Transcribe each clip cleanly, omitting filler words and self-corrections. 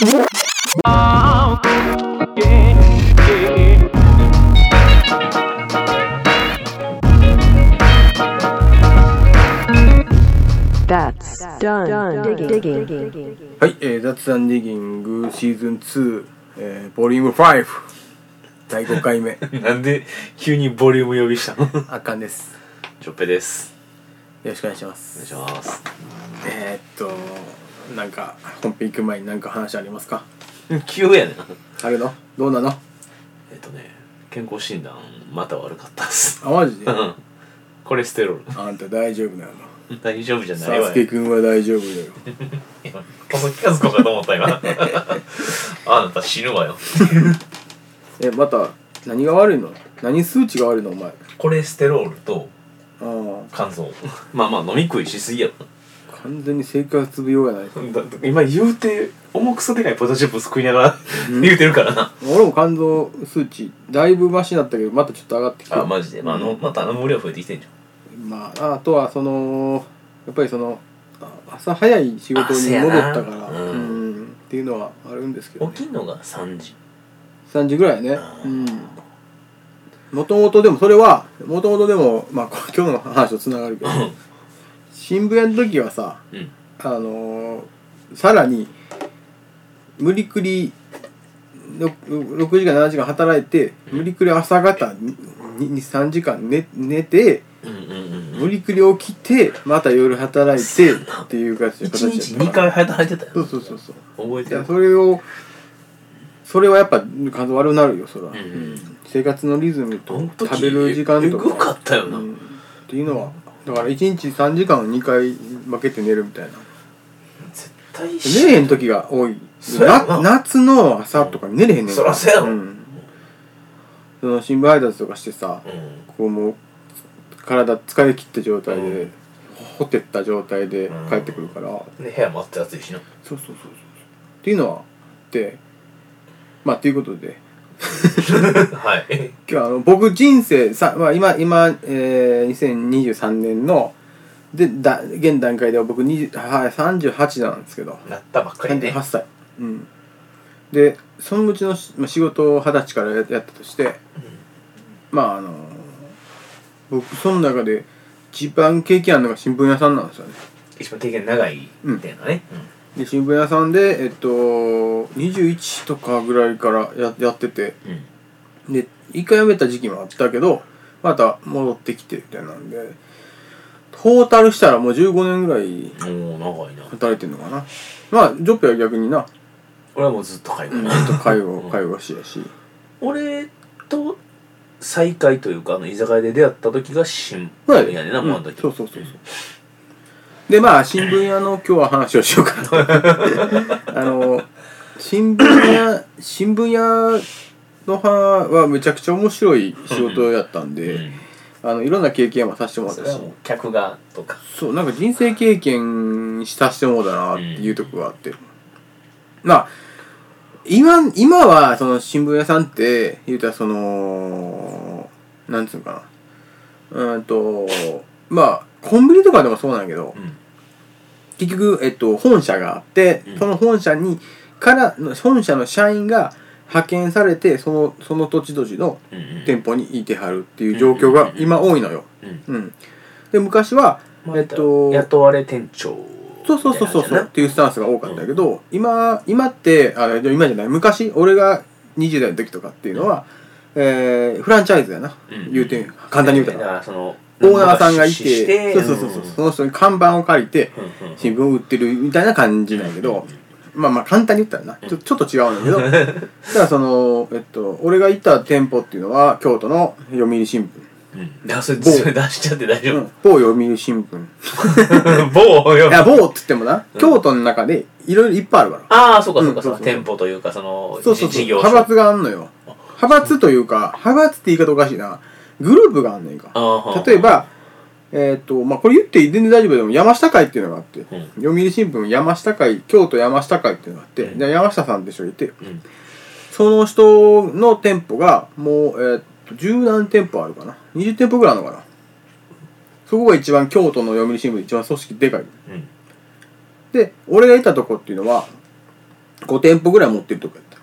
はい、雑談ディギングシーズン2、ボリューム5第5回目なんで急にボリューム呼びしたの？ あかんです。 チョッペです。 よろしくお願いします。 お願いします。 なんか本編行く前に何か話ありますか？ 急やねん。 あるの？どうなの？ 健康診断また悪かったっす。 あ、マジで？ コレステロール。 あんた大丈夫なの？ 大丈夫じゃないわよ。 サスケくんは大丈夫だよ。 この気がつこうかと思った今。あなた死ぬわよ。 また何が悪いの？何数値が悪いのお前？ コレステロールと肝臓。まあ飲み食いしすぎやろ。 完全に生活病やないか。 今言うて重くそでかいポテトチップス食いながら言うてるからな。 俺も肝臓数値だいぶマシになったけどまたちょっと上がってきて。 あ、マジで。また無料増えてきてんじゃん。 あとはやっぱり朝早い仕事に戻ったからっていうのはあるんですけど、ね、 起きんのが3時ぐらいね。もともとでもまあ今日の話とつながるけど新聞屋の時はさ、さらに無理くり6時間7時間働いて、無理くり朝方3時間寝て、無理くり起きてまた夜働いてっていう形で 1日2回働いてたよ。 そう覚えてる。 それはやっぱ数悪なるよそら、生活のリズムと食べる時間とかよかったよな、 っていうのはだから1日3時間を2回分けて寝るみたいな。 絶対寝れへん時が多い。夏の朝とか寝れへんねん。 そらそうやろ。 その新聞配達とかしてさ、こうもう体疲れ切った状態で、ほてった状態で帰ってくるから、 で部屋もあって暑いしな。 そうっていうのはあってということではい、 今日は僕人生さ、今、2023年の現段階では僕38なんですけど、 なったばっかりね。 38歳。でそのうちの仕事を20歳からやったとして、僕その中で一番経験あるのが新聞屋さんなんですよね。 一番経験長いみたいなね。 で新聞屋さんで21とかぐらいからやってて、で一回辞めた時期もあったけどまた戻ってきてみたいなんでトータルしたらもう15年ぐらい長いな働いてんのかな。ジョッペは逆にな。 俺はもうずっと介護、 ずっと介護しやし、 俺と再会というか居酒屋で出会った時が新聞屋でな、もうあの時。そうで新聞屋の今日は話をしようかなと新聞屋の派はめちゃくちゃ面白い仕事やったんで、いろんな経験もさせてもらったし、 客がとかなんか人生経験させてもらったなっていうところがあって、今はその新聞屋さんって言うたらなんつうのかな、コンビニとかでもそうなんやけど、結局本社があって、その本社の社員が派遣されてその土地土地の店舗にいてはるっていう状況が今多いのよ。で昔は雇われ店長そうっていうスタンスが多かったけど、今って今じゃない、昔俺が20代の時とかっていうのは、フランチャイズやな、言うて簡単に言うたら、オーナーさんがいて、その人に看板を借りて新聞を売ってるみたいな感じなんやけど、簡単に言ったらな、ちょっと違うんだけどだから俺が行った店舗っていうのは京都の読売新聞。 それ出しちゃって大丈夫？ 某読売新聞某いや某って言ってもな、京都の中でいろいろいっぱいあるから。 そうか店舗というか事業所、 派閥があんのよ。派閥というか、派閥って言い方おかしいな、グループがあんねんか。例えばこれ言って全然大丈夫でも山下会っていうのがあって、読売新聞山下会、京都山下会っていうのがあって、山下さんって人がいて、その人の店舗がもう10何店舗あるかな、20店舗ぐらいあるのかな。そこが一番京都の読売新聞一番組織でかい。で俺がいたとこっていうのは 5店舗ぐらい持ってるとこやった。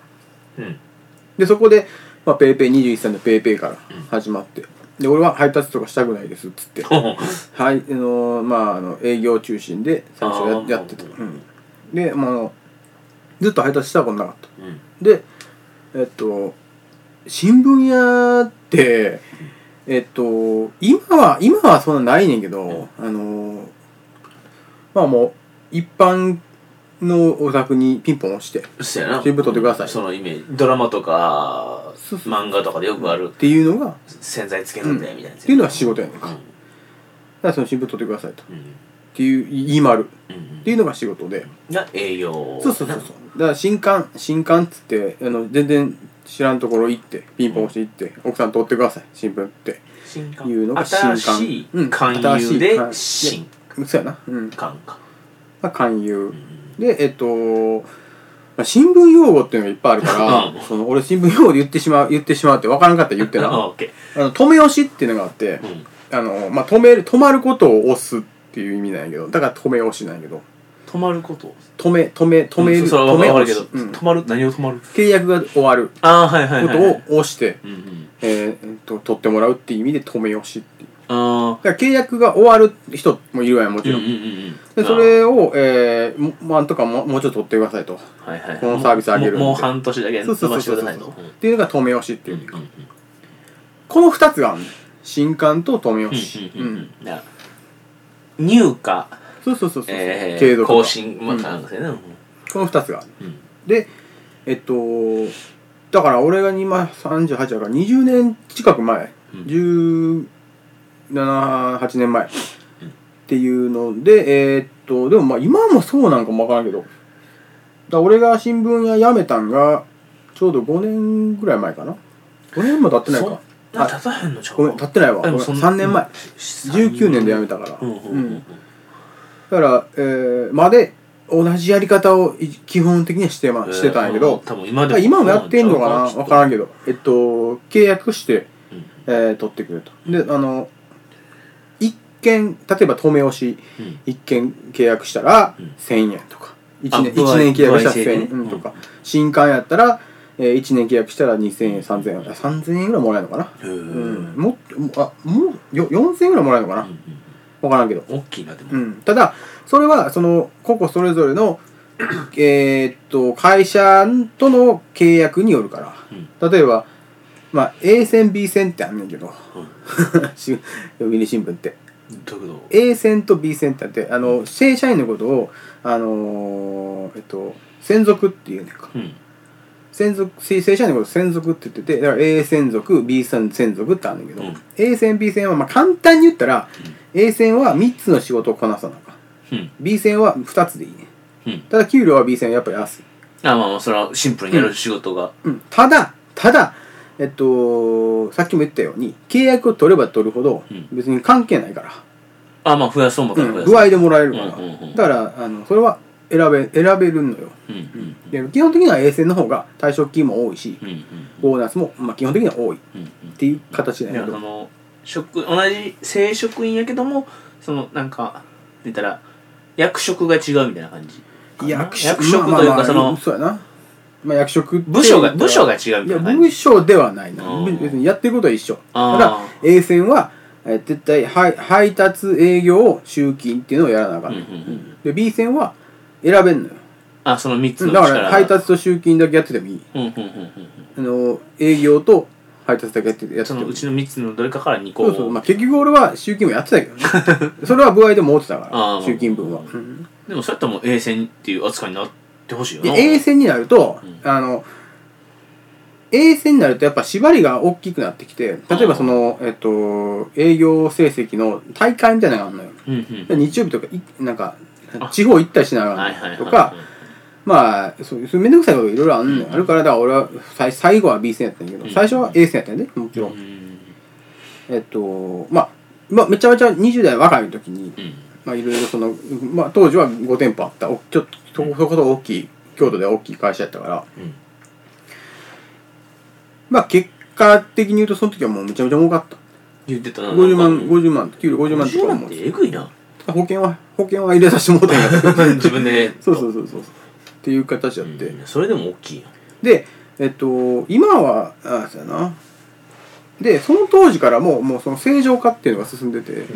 でそこで、まあ、ペイペイ21歳のペイペイから始まって、で俺は配達とかしたくないですっつってはいまあ営業中心で最初やってた。でずっと配達したことなかった。で新聞屋って今はそんなないねんけど、まあもう一般のお宅にピンポン押してそうやな、 新聞取ってください、 そのイメージ、ドラマとか漫画とかでよくあるっていうのが洗剤つけるんだよみたいな、 っていうのが仕事やねんか、だからその新聞取ってくださいと、っていう言い丸っていうのが仕事で、 が営業。 そうだから新刊っつって全然知らんところ行ってピンポン押して行って、奥さん取ってください新聞っていうのが新刊。 新しい勧誘で新そうやな、 刊か、 勧誘で新聞用語っていうのがいっぱいあるから俺新聞用語で言ってしまうって分からんかったら言ってな止め押しっていうのがあって、まあ止まることを押すっていう意味なんやけど、だから止め押しなんやけど、 止まること止める、 それは分かるけど、止まる、何を止まる、 契約が終わることを押して取ってもらうっていう意味で止め押しっていう。だから契約が終わる人もいるわよもちろん。でそれをなんとかもうちょっと取ってくださいと、このサービスあげるんでもう半年だけ伸ばしてくださいとっていうのが止め押しっていう。この2つがあるの、新刊と止め押し。 入荷、 継続更新もなんですよね。 この2つがある。でだから俺が今38だから20年近く前、17、8年前っていうのででもまあ今もそうなんかもわからんけど、だ俺が新聞屋辞めたんがちょうど5年ぐらい前かな。5年も経ってないか。 経たへんのちゃうか。 ごめん経ってないわ。3年前。19年で辞めたから。だからまで同じやり方を基本的にはしてたんやけど、今もやってんのかな分からんけど、契約して取ってくれと。で一件例えば止め押し一件契約したら1000円とか、1年契約したら1000円とか、新刊やったら1年契約したら2000円3000円3000円ぐらいもらえるのかな、もう4000円ぐらいもらえるのかな、分からんけど、 大きいなでも、 ただそれは個々それぞれの会社との契約によるから、例えばまあ A 線 B 線ってあんねんけど、読売新聞ってどういうこと？ A 線と B 線ってあって、正社員のことを専属っていうねんか、正社員のことを専属って言ってて、だから A 専属 B 専属ってあるんだけど、A 線 B 線はまあ簡単に言ったら、A 線は3つの仕事をこなさなあかん、B 線は2つでいいね、ただ給料は B 線はやっぱり安い。 まあそれはシンプルにやる仕事が、 たださっきも言ったように契約を取れば取るほど別に関係ないから、 まあ増やそうもか具合でもらえるから、だからそれは選べるのよ、で基本的には A 線の方が退職金も多いし、ボーナスもまあ基本的には多いっていう形だけど、 同じ正職員やけどもなんか言ったら役職が違うみたいな感じ。役職というかそうやな、まあ役職部署が違うみたいな感じ。 いや部署ではないな、別にやってることは一緒。ただ A 線は絶対配達営業集金っていうのをやらなあかん、で B 線は選べんのよ。 その3つのだから配達と集金だけやっててもいい、営業と配達だけやっててそのうちの3つのどれかから2個。 そう、まあ、結局俺は集金もやってたけどねそれは部合でも持ってたから集金分は、 でもそうやったらもう A 線っていう扱いになってほしいよな。 A 線になると、A 線になるとやっぱ縛りが大きくなってきて、例えば営業成績の大会みたいなのがあるのよ、日曜日とかなんか地方行ったりしながらとか、まあそういうめんどくさいこといろいろあるのよ、あるから、だから俺は最後は B 線やったんやけど、最初は A 線やったんやね、もちろん。まあめちゃめちゃ20代若い時に、まあいろいろ当時は5店舗あったちょっとそこそこ大きい京都で大きい会社やったから、まあ結果的に言うとその時はもうめちゃめちゃ儲かった。 言ってたな。 50万給料50万とかも。50万ってえぐいな。 保険は入れさせてもらったんやけど自分で。 そうっていう形だって、 それでも大きいよ。 で今はそうやな。でその当時からもうその正常化っていうのが進んでて、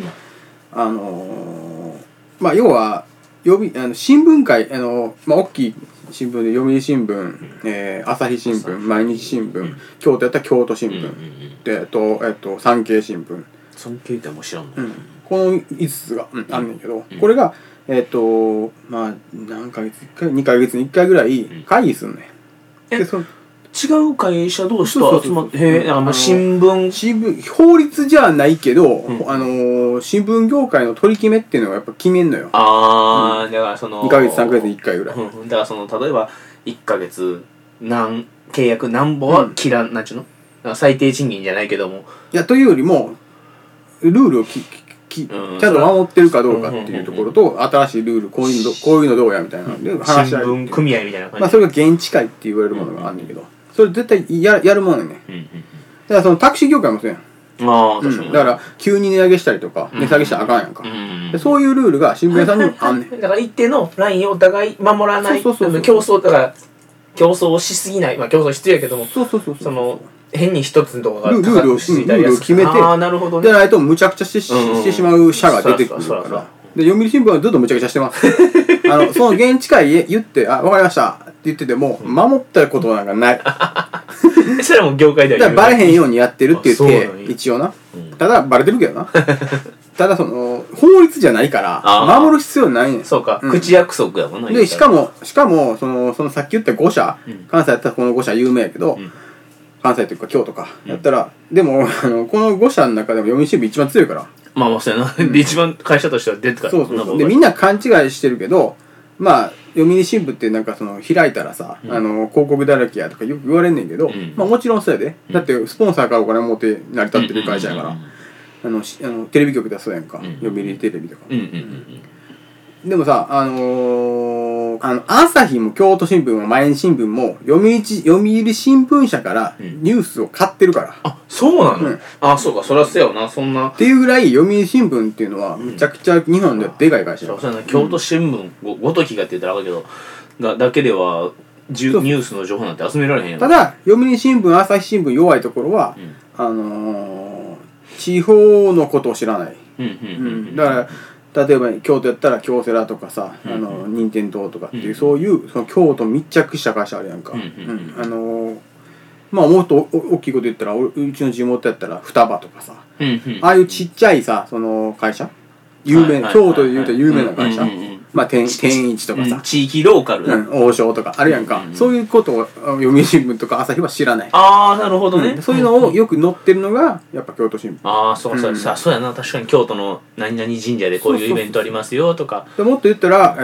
まあ要は新聞界まあ大きい新聞で読売新聞、朝日新聞、毎日新聞、京都やったら京都新聞、で産経新聞。 産経ってもう知らんの、 この5つが、あんねんけど、これがまあ何ヶ月1回2ヶ月に1回ぐらい会議すんねん。で違う会社同士と集まって、新聞法律じゃないけど、新聞業界の取り決めっていうのがやっぱ決めんのよ。 だからその 2ヶ月3ヶ月に1回ぐらい、 だからその例えば1ヶ月契約何本は切らん、なんちゅうの、だから最低賃金じゃないけども、 いやというよりもルールをちゃんと守ってるかどうかっていうところと、新しいルールこういうのどうやみたいなので話し合い、 新聞組合みたいな感じ、 まあそれが現地会って言われるものがあんねんけど、それ絶対やるもんねんね。だからそのタクシー業界もそうやん。 確かに。 だから急に値上げしたりとか値下げしたらあかんやんか。でそういうルールが新聞屋さんにもあんねん。 だから一定のラインをお互い守らない、競争だから競争をしすぎない、まあ競争必要やけども、その変に一つのところがルールを決めて、 なるほどね。 でないとむちゃくちゃしてしまう社が出てくるから。で読売新聞はずっとむちゃくちゃしてます。その現地会言ってわかりましたって言ってても守ったことなんかない。 それはもう業界ではだからバレへんようにやってるって言って一応な。ただバレてるけどな。ただその法律じゃないから守る必要ないねん。 そうか、口約束やもんな。 でしかもそのさっき言った5社、関西やったらこの5社有名やけど、関西というか京都かやったら、でもこの5社の中でも読売新聞一番強いから。 まあそうやな。で一番会社としては出てから。 そうでみんな勘違いしてるけど、まあ読売新聞ってなんかその開いたらさ、広告だらけやとかよく言われんねんけど、まあもちろんそうやで。だってスポンサーからお金持って成り立ってる会社やから。テレビ局だそうやんか、読売テレビとか。でもさ朝日も京都新聞も毎日新聞も読売新聞社からニュースを買ってるから。 あ、そうなの？そうか、そりゃそうやわな、そんな。 っていうぐらい読売新聞っていうのはめちゃくちゃ日本ではでかい会社だから。 京都新聞ごときがって言ったらあるけどだけではニュースの情報なんて集められへんやん。 ただ読売新聞朝日新聞弱いところは地方のことを知らない。だから例えば京都やったら京セラとかさ、任天堂とかっていう、そういうその京都密着した会社あるやんか。まあもっと大きいこと言ったらうちの地元やったら双葉とかさ、ああいうちっちゃいさその会社有名、京都で言うと有名な会社、まあ天一とかさ、 地域ローカル、 王将とかあるやんか。そういうことを読売新聞とか朝日は知らない。 なるほどね。 そういうのをよく載ってるのがやっぱ京都新聞。 そうやな。確かに京都の何々神社でこういうイベントありますよとか。 でもっと言ったら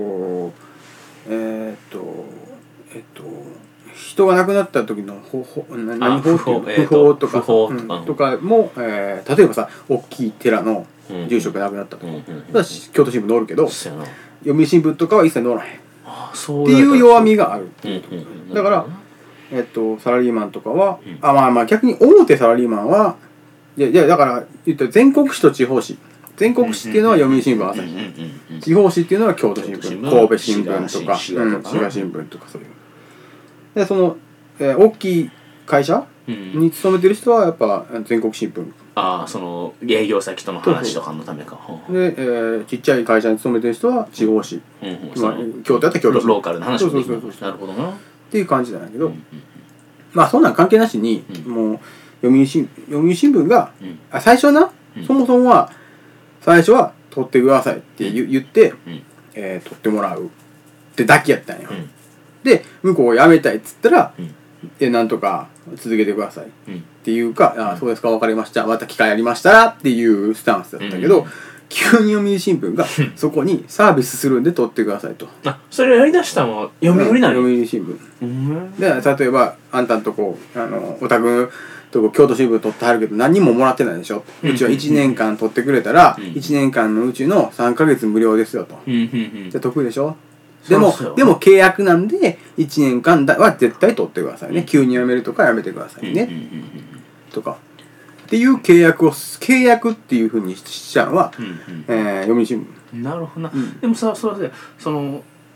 人が亡くなった時の不法とかも例えばさ大きい寺の住職が亡くなったとか京都新聞載るけど読売新聞とかは一切載らへんっていう弱みがある。だからサラリーマンとかはまあ逆に大手サラリーマンはいやだから言ったら全国紙と地方紙、全国紙っていうのは読売新聞朝日、地方紙っていうのは京都新聞、神戸新聞とか滋賀新聞とかそういう。でその大きい会社に勤めてる人はやっぱ全国新聞。 その営業先との話とかのためか。 でちっちゃい会社に勤めてる人は地方紙、京都やったら京都ローカルの話もできる。なるほどなっていう感じなんだけど、まあそんなん関係なしにもう読売新聞が最初な、そもそもは最初は取ってくださいって言って取ってもらうってだけやったんよ。で向こうを辞めたいっつったらなんとか続けてくださいっていうか、そうですか分かりました、また機会ありましたらっていうスタンスだったけど、急に読売新聞がそこにサービスするんで取ってくださいと。 それやりだしたのは読売なの？ 読売新聞で、例えばあんたんとこお宅とこ京都新聞取ってはるけど何人ももらってないでしょ、うちは1年間取ってくれたら1年間のうちの3ヶ月無料ですよと。じゃあ得でしょ。でも契約なんで1年間は絶対取ってくださいね。急に辞めるとかやめてくださいねとかっていう契約っていうふうにしちゃうのは読売新聞。 なるほどな。でもさ、それでその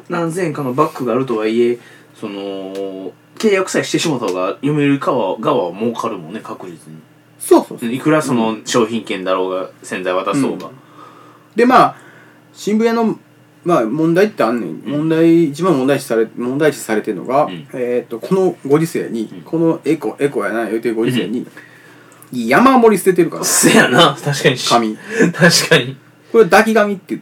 何千円かのバックがあるとはいえその契約さえしてしまった方が読売側は儲かるもんね、確実に。 そういくらその商品券だろうが洗剤渡そうが、 でまあ新聞屋のまあ問題ってあんねん、一番問題視されてるのが、このご時世に、このエコやな言うてるご時世に、山盛り捨ててるから。 せやな、確かに紙確かにこれ抱き紙って言って、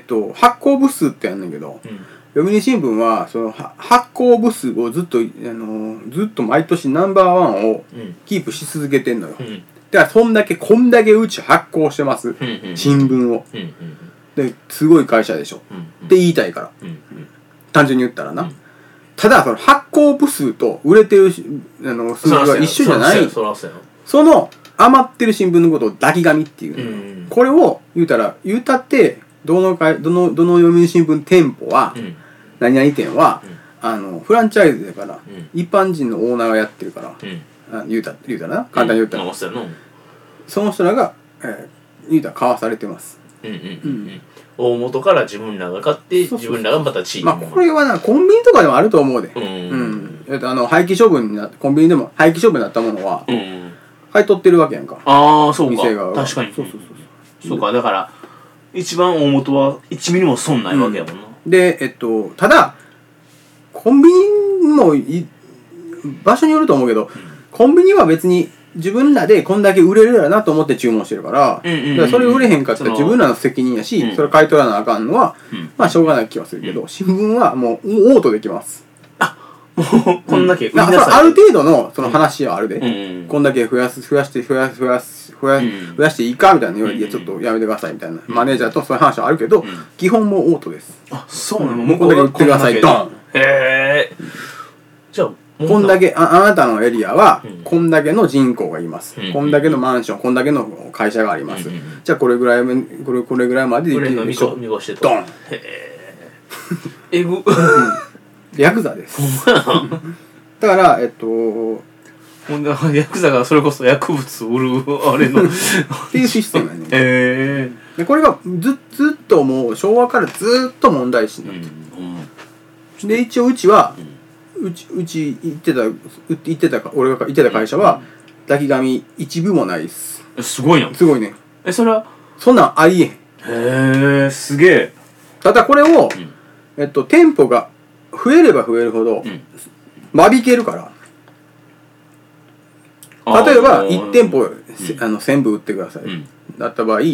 発行部数ってやんねんけど、読売新聞はその発行部数をずっと毎年ナンバーワンをキープし続けてんのよ、だからこんだけうち発行してます、新聞を、ですごい会社でしょ、って言いたいから、単純に言ったらな、ただその発行部数と売れてる数字が一緒じゃない。その余ってる新聞のことを抱き紙っていう、これを言ったってどの読売新聞店舗は、何々店は、フランチャイズだから、一般人のオーナーがやってるから、言うたらな、簡単に言ったら、その人らが、言うたら買わされてます。 大元から自分らが買って自分らがまた地域まあこれはなコンビニとかでもあると思うで、廃棄処分になってコンビニでも廃棄処分になったものは買い取ってるわけやんか。 ああそうか、確かにそうか、だから一番大元は1ミリも損ないわけやもんな。 でただコンビニも場所によると思うけど、コンビニは別に自分らでこんだけ売れるやろなと思って注文してるから、それ売れへんかったら自分らの責任やし、それ買い取らなあかんのは、まあしょうがない気はするけど、新聞はもうオートできます。 あ、もうこんだけ売りなさい。ある程度のその話はあるで、こんだけ増やしていいかみたいな言われて、ちょっとやめてくださいみたいな、マネージャーとそういう話はあるけど、基本もうオートです。 あ、そうなの。 もうこんだけ売ってください、ドン。 へえ。じゃあこんだけ あなたのエリアはこんだけの人口がいます、こんだけのマンション、こんだけの会社があります、じゃあこれぐらいまでできるでしょ、ドン。 えぐヤクザですだからヤクザがそれこそ薬物を売るあれのっていうシステムやねでこれがずっともう昭和からずっと問題視になってる、で一応うちは俺が行ってた会社は抱き紙一部もないです。 すごいな。 すごいね。 それはそんなんありえへん。 へえ、すげえ。 ただこれを、店舗が増えれば増えるほど、間引けるから。例えば1店舗1000部売ってください、だった場合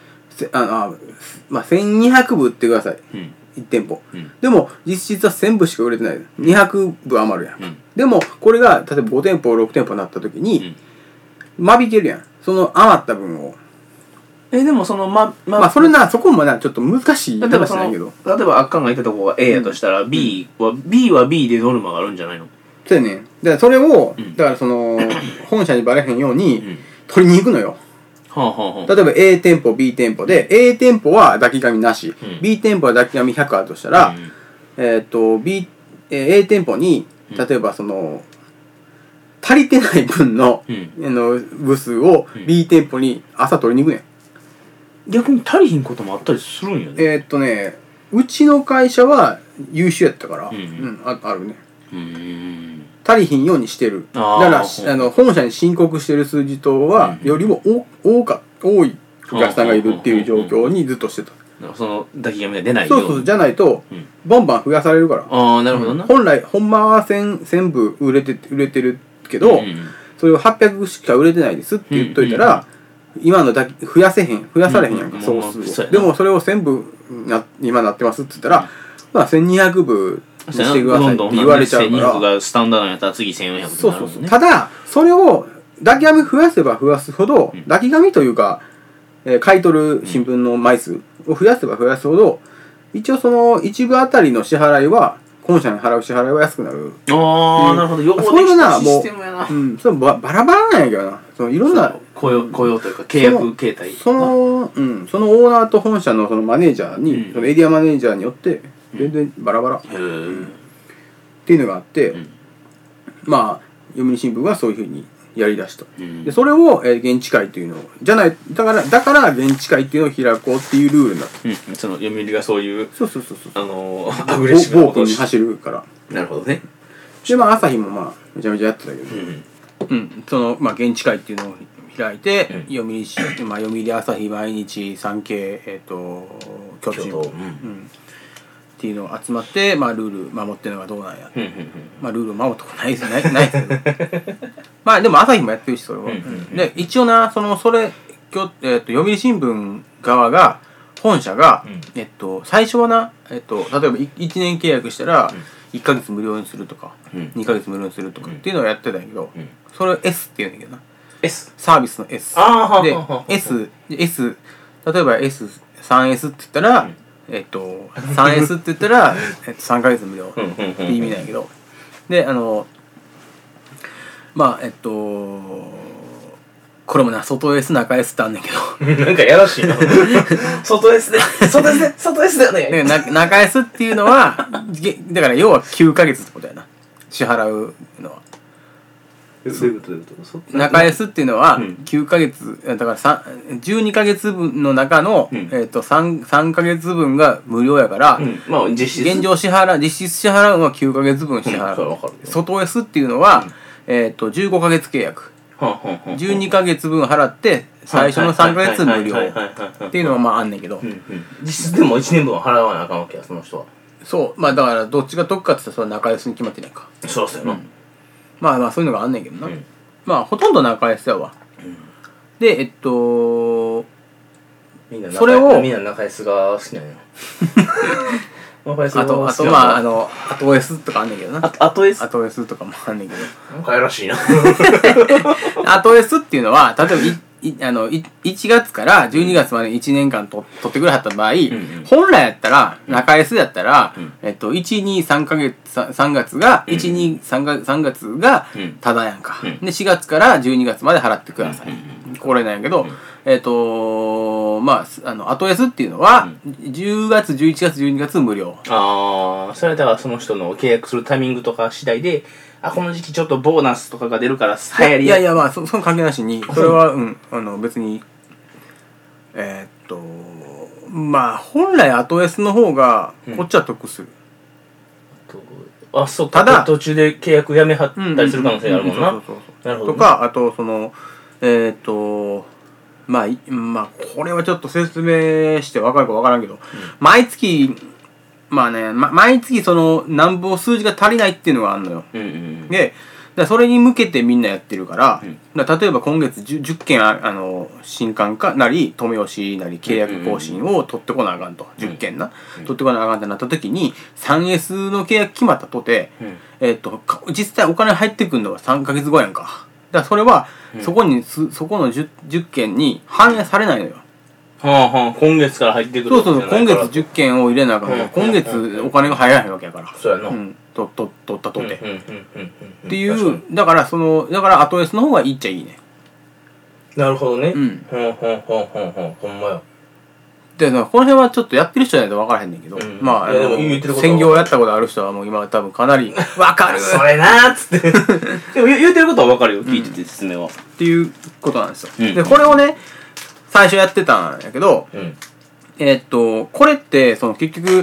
まあ1200部売ってください、1店舗、でも実質は1000部しか売れてない、200部余るやん、でもこれが例えば5店舗6店舗になった時に、間引けるやん、その余った分を。 でもそのまあそれな、そこもなちょっと難しい話なんやけど、 例えばあっかんがいたとこが A やとしたら、B は B でノルマがあるんじゃないの。 そうやね。だからそれを、だからその本社にバレへんように取りに行くのよ。例えば A 店舗 B 店舗で A 店舗は抱き紙なし、B 店舗は抱き紙100あるとしたら、A 店舗に例えばその足りてない分の部数を B 店舗に朝取りに行くねん。逆に足りひんこともあったりするんよね。うちの会社は優秀やったから、あるね。足りひんようにしてる。だから本社に申告してる数字とはよりも多いお客さんがいるっていう状況にずっとしてた。 その抱き紙が出ないように。 そうじゃないとバンバン増やされるから。 ああ、なるほどな。 ほんまは1000部売れてるけど、それを800しか売れてないですって言っといたら、今の増やされへんやんか、総数を。でもそれを1000部今なってますって言ったら、まあ1200部にしてくださいって言われちゃうから。 1200がスタンダードやったら次1400ってなるもんね。 ただそれを抱き紙増やせば増やすほど、抱き紙というか買い取る新聞の枚数を増やせば増やすほど、一応その一部あたりの支払いは本社に払う支払いは安くなる。 ああ、なるほど。よくできたシステムやな。 それバラバラなんやけどな。そのいろんな雇用というか契約形態。 そのオーナーと本社のそのマネージャーに、そのエリアマネージャーによって全然バラバラっていうのがあって、まあ読売新聞はそういうふうにやりだした。でそれを、現地会っていうのをじゃないだから現地会っていうのを開こうっていうルールになった。 その読売がそういうそうアグレッシブな暴君に走るから。 なるほどね。 で朝日もまあめちゃめちゃやってたけど、まあ現地会っていうのを開いて、読売朝日毎日産経巨人っていうのを集まって、まあ、ルール守ってるのがどうなんや、まあルール守るとこないですけどまあでも朝日もやってるしそれは、で一応なそれ読売新聞側が本社が、最初はな、例えば1年契約したら1ヶ月無料にするとか、2ヶ月無料にするとかっていうのをやってたんやけど、それを S っていうんだけどな、 S サービスの S で S 例えば S3S って言ったら、3S って言ったら、3ヶ月無料って意味なんやけど、でまあこれもな外 S 中 S ってあんねんけどなんかやらしいな外 S でだよね。 中 S っていうのはだから要は9ヶ月ってことやな、支払うのは。中 S っていうのは9ヶ月だから12ヶ月分の中の、3ヶ月分が無料やから、 まあ、実質支払うのは9ヶ月分支払う、外 S っていうのは、15ヶ月契約、12ヶ月分払って最初の3ヶ月無料っていうのはまああんねんけど、 実質でも1年分は払わなあかんわけやその人は。 そうまあだからどっちが得かって言ったらそれは中 S に決まってないか。 そうそうやな、 まあそういうのがあんねんけどな、まあほとんど中 S やわ、でそれをみんな中 S が好きなんやあとまあ後 S とかあんねんけどな、 後 S とかもあんねんけど、 なんかやらしいな後 S っていうのは例えば1月から12月まで1年間取ってくれはった場合、本来やったら中 S やったら、123ヶ月3月が123月がただやんか、で4月から12月まで払ってください、これなんやけど、まあ後 S っていうのは10月11月12月無料。 ああ、それだからその人の契約するタイミングとか次第で、この時期ちょっとボーナスとかが出るから流行り。 いやまあその関係なしにそれは別にまあ本来後 S の方がこっちは得する、 そうか。ただ途中で契約やめはったりする可能性があるもんな。なるほど、ね、 とかあとまあこれはちょっと説明して分かるか分からんけど、毎月まあね、毎月そのなんぼ数字が足りないっていうのがあるのよ、でそれに向けてみんなやってるから、例えば今月 10件新刊化なり留め押しなり契約更新を取ってこなあかんと、10件な、取ってこなあかんってなった時に 3S の契約決まったとて、実際お金入ってくるのは3ヶ月後やんか。だからそれはそこの 10件に反映されないのよ。 今月から入ってくる。 そう今月10件を入れなあかんから、今月お金が入らへんわけやから。 そうやな。 取ったとて。っていう、だから後 S の方がいいっちゃいいね。 なるほどね。ほんまや。 で、この辺はちょっとやってる人じゃないと分からへんねんけど、まあ、専業やったことある人はもう今多分かなり分かるそれなーっつって。でも言うてることは分かるよ、聞いてて説明は。 っていうことなんですよ。で、これをね、最初やってたんやけど、これってその結局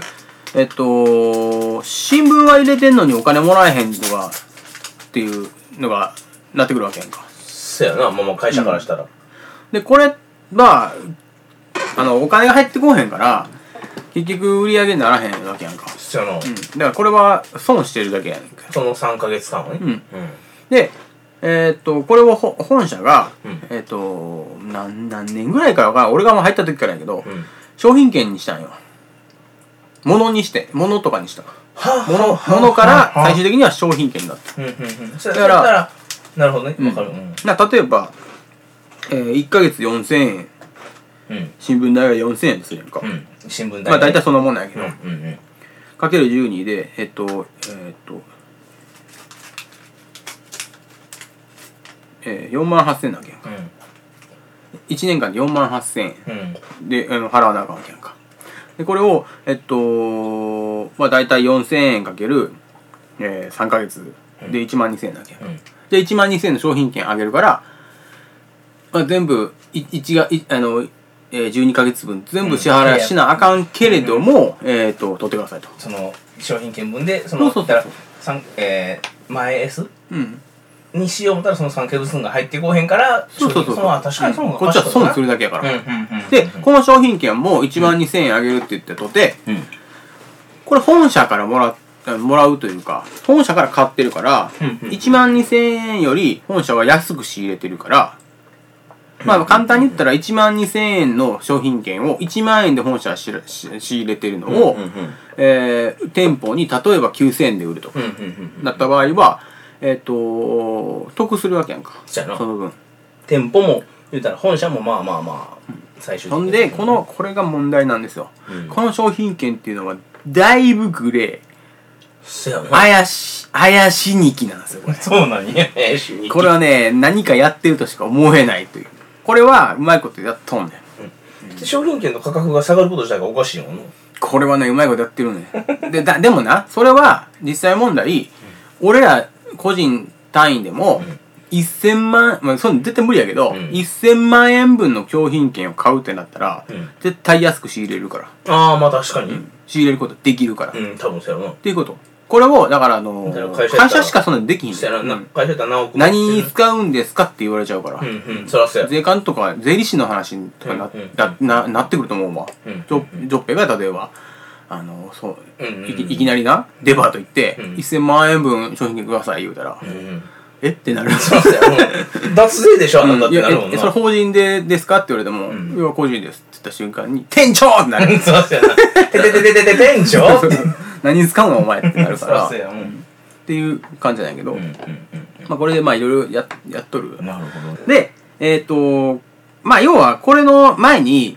新聞は入れてんのにお金もらえへんとかっていうのがなってくるわけやんか。 そうやな、もう会社からしたら。 でこれはお金が入ってこへんから結局売り上げにならへんわけやんか。 そうやな。 だからこれは損してるだけやねんか。 その3ヶ月間はね。 でこれを本社が、何年ぐらいから分からん、俺がもう入った時からやけど、商品券にしたんよ。物とかにした。物から最終的には商品券になった。 だからなるほどね、分かる。 例えば、1ヶ月4000円、新聞代が4000円でするやんか。 新聞代まあ大体そんなもんなんやけど、かける12で48,000円なわけやんか、1年間で48,000円で払わなあかんわけやんか。でこれをまあ大体4,000円かける 3ヶ月で1万2000円だけ、で1万2000円の商品券あげるから、まあ、全部12ヶ月分全部支払いしなあかんけれども、取ってくださいと。 その商品券分でその前 S、にしよう思ったらその3ヶ月分が入ってこうへんから、 そう確かにそのこっちは損するだけやから。でこの商品券も1万2000円あげるって言ってとて、これ本社からもらうというか本社から買ってるから、1万2000円より本社は安く仕入れてるから、まあ簡単に言ったら1万2000円の商品券を1万円で本社は仕入れてるのを、店舗に例えば9000円で売るとなった場合は、得するわけやんか。その分店舗も言うたら本社もまあ最終的に。 ほんでこれが問題なんですよ、この商品券っていうのはだいぶグレー、怪しにきなんですよこれ。 そうなんや。怪しにき。 これはね何かやってるとしか思えないという。これはうまいことやっとんねん。商品券の価格が下がること自体がおかしいよな。 これはねうまいことやってるねでもなそれは実際問題、俺ら個人単位でも、1000万、まあそんな絶対無理やけど、1000万円分の商品券を買うってなったら、絶対安く仕入れるから。 ああ、まあ確かに。 仕入れることできるから。 多分そうやろな。 っていうこと。これを、だから会社しかそんなにできひん。 会社やったら何億何に使うんですかって言われちゃうから。 そらそうや。 税関とか税理士の話とかなってくると思うわ。ジョッペが例えば、いきなりなデパート行って1000万円分商品券ください言うたら、えってなる。 そうだよ。脱税でしょあなたってなるもんな。 それ法人ですかって言われても、いや個人ですって言った瞬間に店長ってなる。 そうだよな。店長何に使うのお前ってなるから。 そうや。 っていう感じなんやけど、まあこれでまあいろいろやっとる。 なるほど。 でまあ要はこれの前に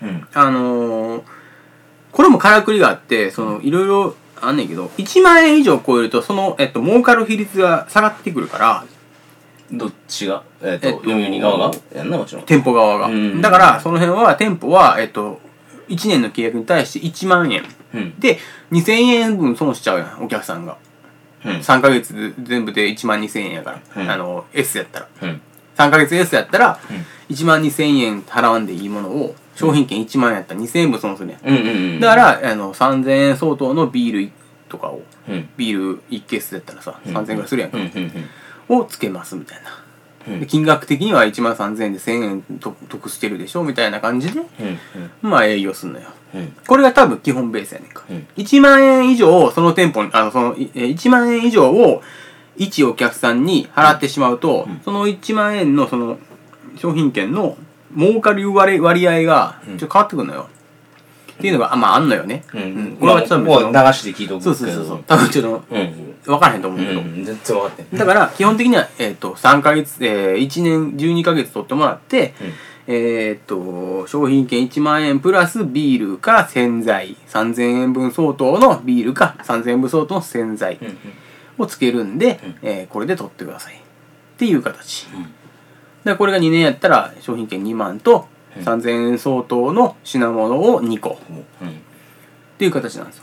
これもからくりがあって、いろいろあんねんけど、1万円以上超えると、儲かる比率が下がってくるから、 どっちが読売側がやんなもちろん。 店舗側が。だから、その辺は、店舗は、1年の契約に対して1万円。で、2000円分損しちゃうやん、お客さんが。3ヶ月全部で1万2000円やから。S やったら。3ヶ月 S やったら、1万2000円払わんでいいものを、商品券1万円やったら2000円分損するねん。だから3000円相当のビールとかを、ビール1ケースだったらさ3000円ぐらいするやんか、をつけますみたいな、で金額的には1万3000円で1000円得してるでしょみたいな感じで、まあ営業すんのよ、これが多分基本ベースやねんか、1万円以上その店舗に1万円以上を1お客さんに払ってしまうと、その1万円のその商品券の儲かる割合がちょっと変わってくるのよ。っていうのがまああんのよね。 これは多分流しで聞いとくけど。 そう。多分ちょっと分からへんと思うけど。 全然分かってん。 だから基本的には3ヶ月1年12ヶ月取ってもらって、商品券1万円プラスビールか洗剤3000円分相当のビールか3000円分相当の洗剤をつけるんで、これで取ってくださいっていう形。これが2年やったら商品券2万と3000円相当の品物を2個っていう形なんですよ。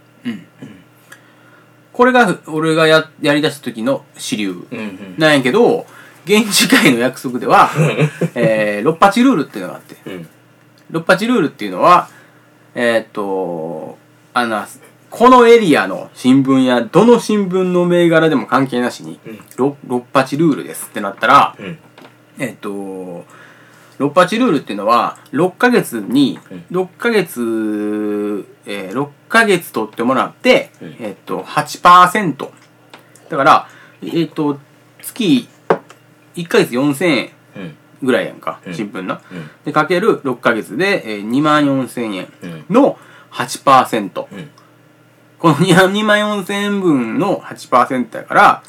これが俺がやりだした時の支流なんやけど、現地会の約束では6八ルールっていうのがあって、6八ルールっていうのはこのエリアの新聞やどの新聞の銘柄でも関係なしに6八ルールですってなったら、6八ルールっていうのは6ヶ月取ってもらって、8% だから月1ヶ月4000円ぐらいやんか、新聞な、でかける6ヶ月で2万4000円の 8%、この2万4000円分の 8% やから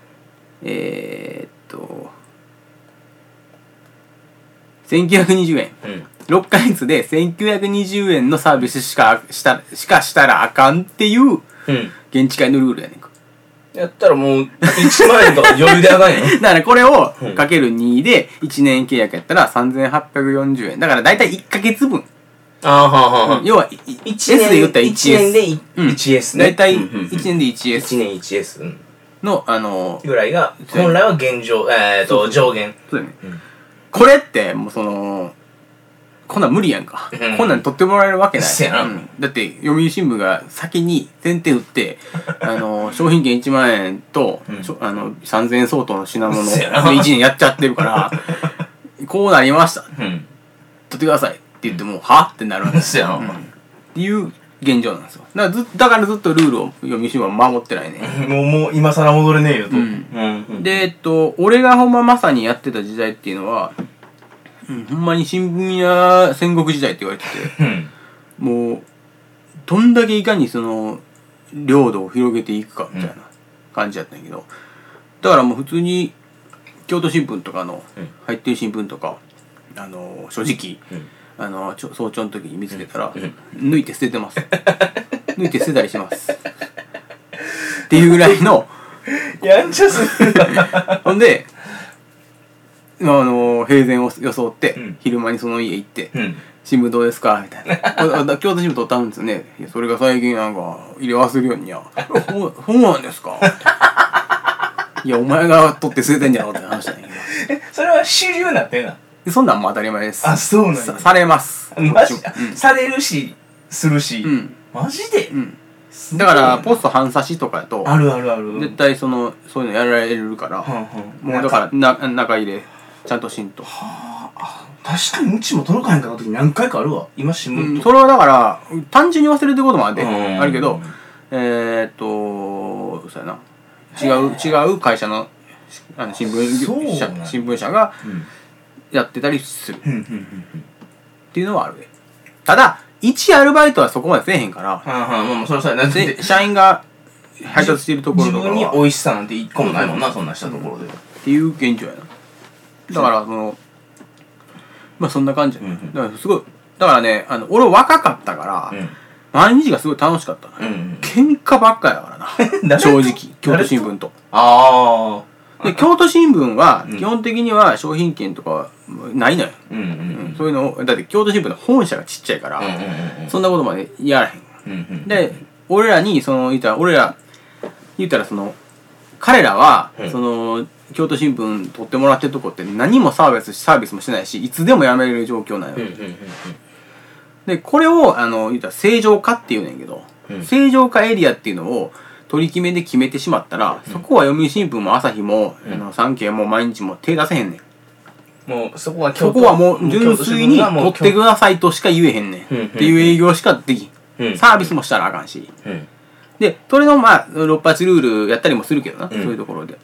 1920円、6ヶ月で1920円のサービスしかしたらあかんっていう現地会のルールやねんか。 やったらもう1万円とか余裕であかんよ。 だからこれをかける2で1年契約やったら3840円だからだいたい1ヶ月分。要は S で言ったら 1S。 1年で 1S ね。 だいたい1年で 1S。 1年 1S。 のぐらいが本来は現状上限。 そうだね、これってもうこんなん無理やんか、こんなん取ってもらえるわけない、だって読売新聞が先に先手打って商品券1万円と、3000円相当の品物を1年やっちゃってるからこうなりました、取ってくださいって言っても、はってなるわけですよ、っていう現状なんですよ。だからずっとルールを読売新聞は守ってないね。 もう今更戻れねえよと。 で俺がほんまさにやってた時代っていうのは、ほんまに新聞や戦国時代って言われてて、もうどんだけいかに領土を広げていくかみたいな感じだったんやけど、だからもう普通に京都新聞とかの入ってる新聞とか正直、早朝の時に見つけたら、抜いて捨ててます抜いて捨てたりしますっていうぐらいのやんちゃするほんで平然を装って、昼間にその家行って、新聞どうですかみたいな京都新聞取ったんですよね。いやそれが最近なんか入れ忘れるようにそうなんですかいやお前が取って捨ててんじゃろって話だね。 それは主流なってんな。 そんなんも当たり前です。 あ、そうなんや。 されます。 マジ、されるしするし、マジで、 だからポスト半差しとかやとあるあるある、 絶対そういうのやられるから、もうだから中入れちゃんとしんと。 確かにうちも届かへんかった時何回かあるわ。今新聞それはだから単純に忘れてることもあるけど、そうやな、違う会社の新聞社がやってたりするっていうのはあるね。ただ一アルバイトはそこまでせえへんから、 それは社員が配達してるところとかは自分に美味しさなんて一個もないもんな、そんなしたところでっていう現状やな。だからまあそんな感じやな。だからすごい、だからね、俺若かったから、毎日がすごい楽しかったな。喧嘩ばっかやからな正直京都新聞と。で京都新聞は基本的には商品券とかはないのよ。そういうのをだって京都新聞の本社がちっちゃいから、そんなことまでやらへん。で俺ら言ったら彼らは京都新聞取ってもらってるとこって何もサービスもしてないし、いつでも辞めれる状況なんよ。でこれを言ったら正常化っていうねんけど、正常化エリアっていうのを取り決めで決めてしまったら、そこは読売新聞も朝日も産経も毎日も手出せへんねん。 もうそこはもう純粋に取ってくださいとしか言えへんねんっていう営業しかできん。サービスもしたらあかんし、でそれの6発ルールやったりもするけどな、そういうところで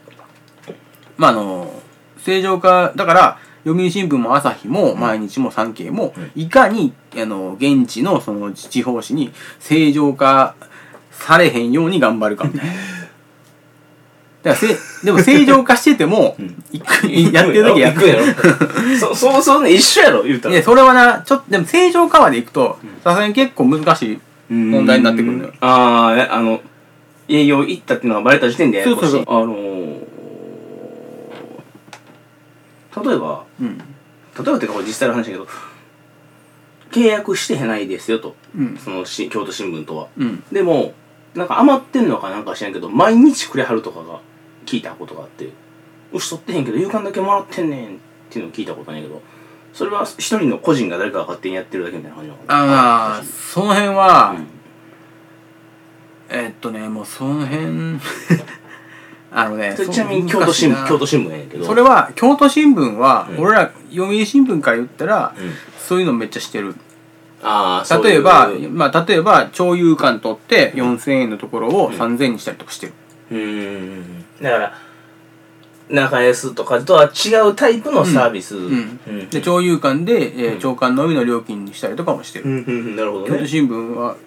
正常化だから、読売新聞も朝日も毎日も産経もいかに現地の地方紙に正常化されへんように頑張るかみたいな。だからでも正常化しててもやってる時やってるそうね、一緒やろ言うたら。 いやそれはな、でも正常化までいくとさすがに結構難しい問題になってくるのよ。 営業行ったっていうのがバレた時点でややこしい。例えばっていうか実際の話だけど、契約してへないですよと、京都新聞とは、でもなんか余ってんのかなんか知らんけど毎日くれはるとかが聞いたことがあって、牛取ってへんけど夕刊だけもらってんねんっていうのを聞いたことないけど、それは一人の個人が誰かが勝手にやってるだけみたいな感じなのかな。 その辺は、もうその辺ちなみに京都新聞やねんけど、 それは京都新聞は、俺ら読売新聞から言ったら、そういうのめっちゃしてる。例えば町有館取って4000円のところを3000円にしたりとかしてる。 だから中安とかとは違うタイプのサービスで、町有館で朝刊のみの料金にしたりとかもしてる。 なるほどね。 京都新聞は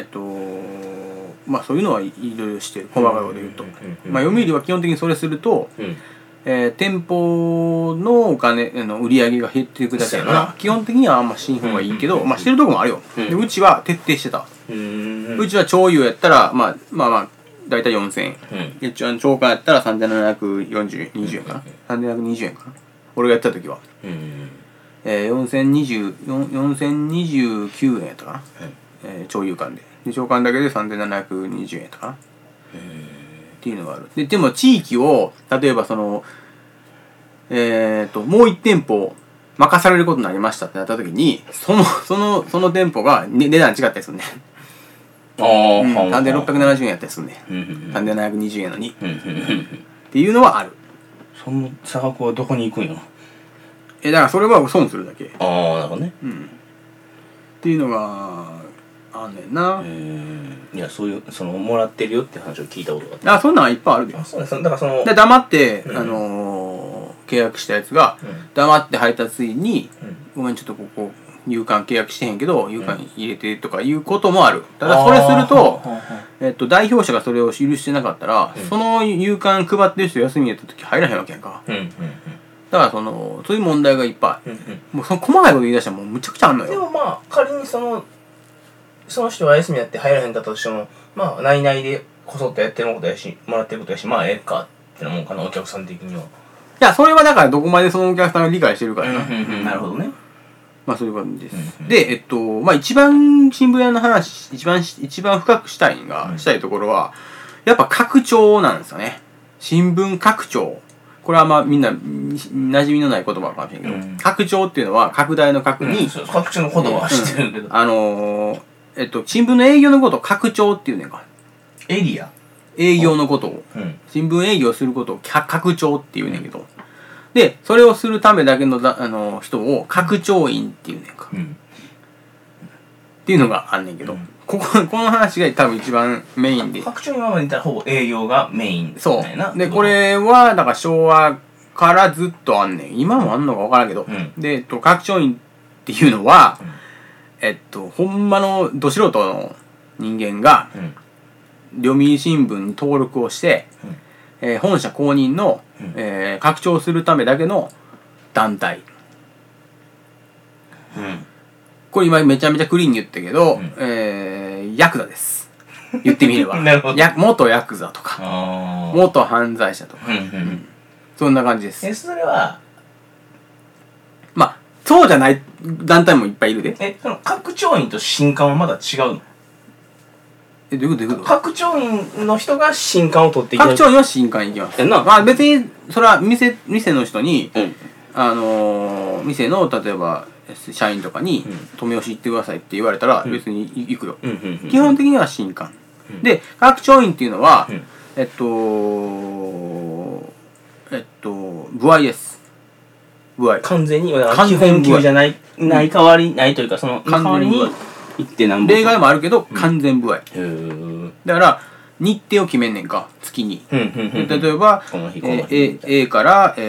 そういうのはいろいろしてる、細かいことで言うと。読売は基本的にそれすると、店舗のお金売り上げが減っていくだけだから、基本的にはあんましん方がいいけど、してるとこもあるよ。でうちは徹底してた。うちは町有やったらだいたい4000円。朝刊やったら3720円かな。3720円かな。俺がやった時は。4029円やったかな。町有館で。朝刊だけで3720円やったかな。ってっていうのがある。でも地域を、例えばその、もう1店舗任されることになりましたってなった時に、その店舗が、値段違ったりするね。3670円やったりするね。3720円のに。っていうのはある。 その差額はどこに行くんやろ。 だからそれは損するだけ。 ああ、なるほどね。 っていうのがあんねんな。 いや、そういうそのもらってるよって話を聞いたことがあって。 そんなんいっぱいあるで。 そうです。だからそので黙って契約したやつが黙って配達員にごめんちょっとここ夕刊契約してへんけど夕刊入れてとかいうこともある。ただそれすると代表者がそれを許してなかったらその夕刊配ってる人休みやった時入らへんわけやんか。だからそういう問題がいっぱい。もうその細かいこと言い出したらもうむちゃくちゃあんのよ。 でもまあ仮にその人は休みやって入らへんかったとしてもまあ内々でこそっとやってることやしもらってることやしまあええかってなもんかなお客さん的には。 いやそれはだからどこまでそのお客さんが理解してるからな。 なるほどね。 まあそういう感じです。でまあ一番新聞屋の話一番深くしたいところはやっぱ拡張なんですよね。新聞拡張。これはまあみんな馴染みのない言葉かもしれんけど、拡張っていうのは拡大の拡に、 拡張の言葉は知ってるけど、 新聞の営業のことを拡張っていうねんか。 エリア営業のことを、新聞営業することを拡張っていうねんけど、でそれをするためだけの人を拡張員っていうねんか、っていうのがあんねんけど、この話が多分一番メインで。 拡張員はまで言ったらほぼ営業がメインですね。そう。で、これは、だから昭和からずっとあんねん。今もあんのか分からんけど。で、拡張員っていうのは、ほんまのど素人の人間が、読売新聞に登録をして、本社公認の、拡張するためだけの団体。これ今めちゃめちゃクリーンに言ったけど、ヤクザです。言ってみれば。元ヤクザとか、元犯罪者とか。そんな感じです。 それは、 まあ、そうじゃない団体もいっぱいいるで。 その拡張員と新刊はまだ違うの？ どういうこと拡張員の人が新刊を取っていく。 拡張員は新刊行きます。まあ別に、それは店の人に、店の例えば、社員とかに止め押し行ってくださいって言われたら別に行くよ。基本的には新刊。で、拡張員っていうのは、歩合です。歩合。 完全に、基本給じゃない代わりないというか、その代わりに行ってなんぼ。 例外もあるけど、完全歩合。だから、日程を決めんねんか、月に。例えば、A から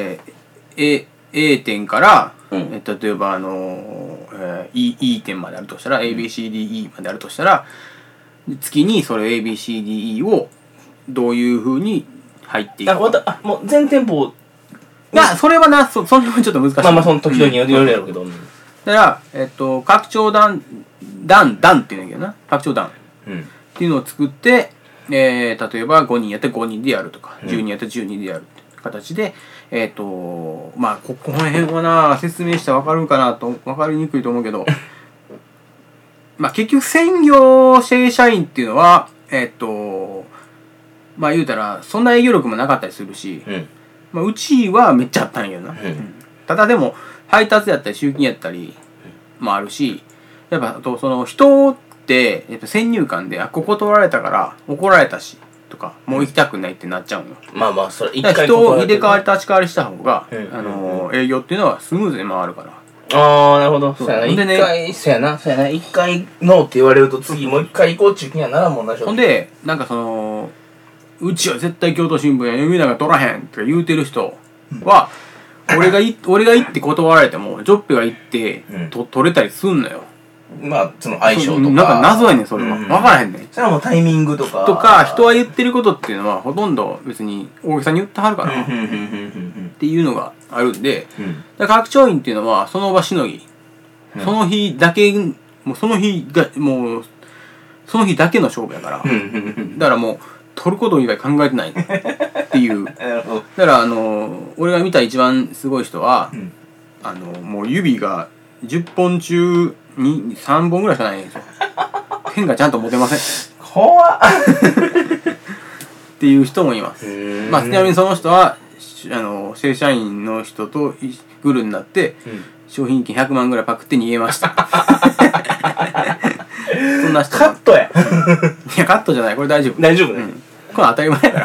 、A 点から、例えばE 点まであるとしたら ABCDE まであるとしたら月にそれ ABCDE をどういうふうに入っていくか。 もう全店舗それはそれはちょっと難しい。 まあその時々によるやろうけど。 だから拡張団っていうんだけどな。拡張団っていうのを作って例えば5人やったら5人でやるとか10人やったら10人でやるって形でまあこの辺はな説明したら分かるかなと分かりにくいと思うけどまあ結局専業正社員っていうのはまあ言うたらそんな営業力もなかったりするし、まあうちはめっちゃあったんやけどな、ただでも配達やったり集金やったりもあるしやっぱその人ってやっぱ先入観でここ取られたから怒られたしとかもう行きたくないってなっちゃうのよ。 まあまあそれ一回人を入れ替わり立ち替わりした方が営業っていうのはスムーズに回るから。 ああなるほど。そうやな。そうやな。一回ノーって言われると次もう一回行こうっていう気にはならんもんな。 ほんでなんかうちは絶対京都新聞や読売なんか取らへんって言うてる人は、俺が行って断られてもジョッペが行って取れたりすんのよ。 まあその相性とかなんか謎やねんそれは、分からへんねん。 それはもうタイミングとか人は言ってることっていうのはほとんど別に大げさに言ってはるからっていうのがあるんで、だから拡張員っていうのはその場しのぎ、その日だけもうその日だけの勝負やから、だからもう取ること以外考えてないっていうだから俺が見た一番すごい人は、もう指が10本中3本ぐらいしかないんですよ。ペンがちゃんと持てません。 怖っっていう人もいます。まあ、ちなみにその人は正社員の人とグルになって、商品券100万ぐらいパクって逃げました。そんな人カットや。 いや、カットじゃない。これ大丈夫。 大丈夫ね。 これ当たり前やから。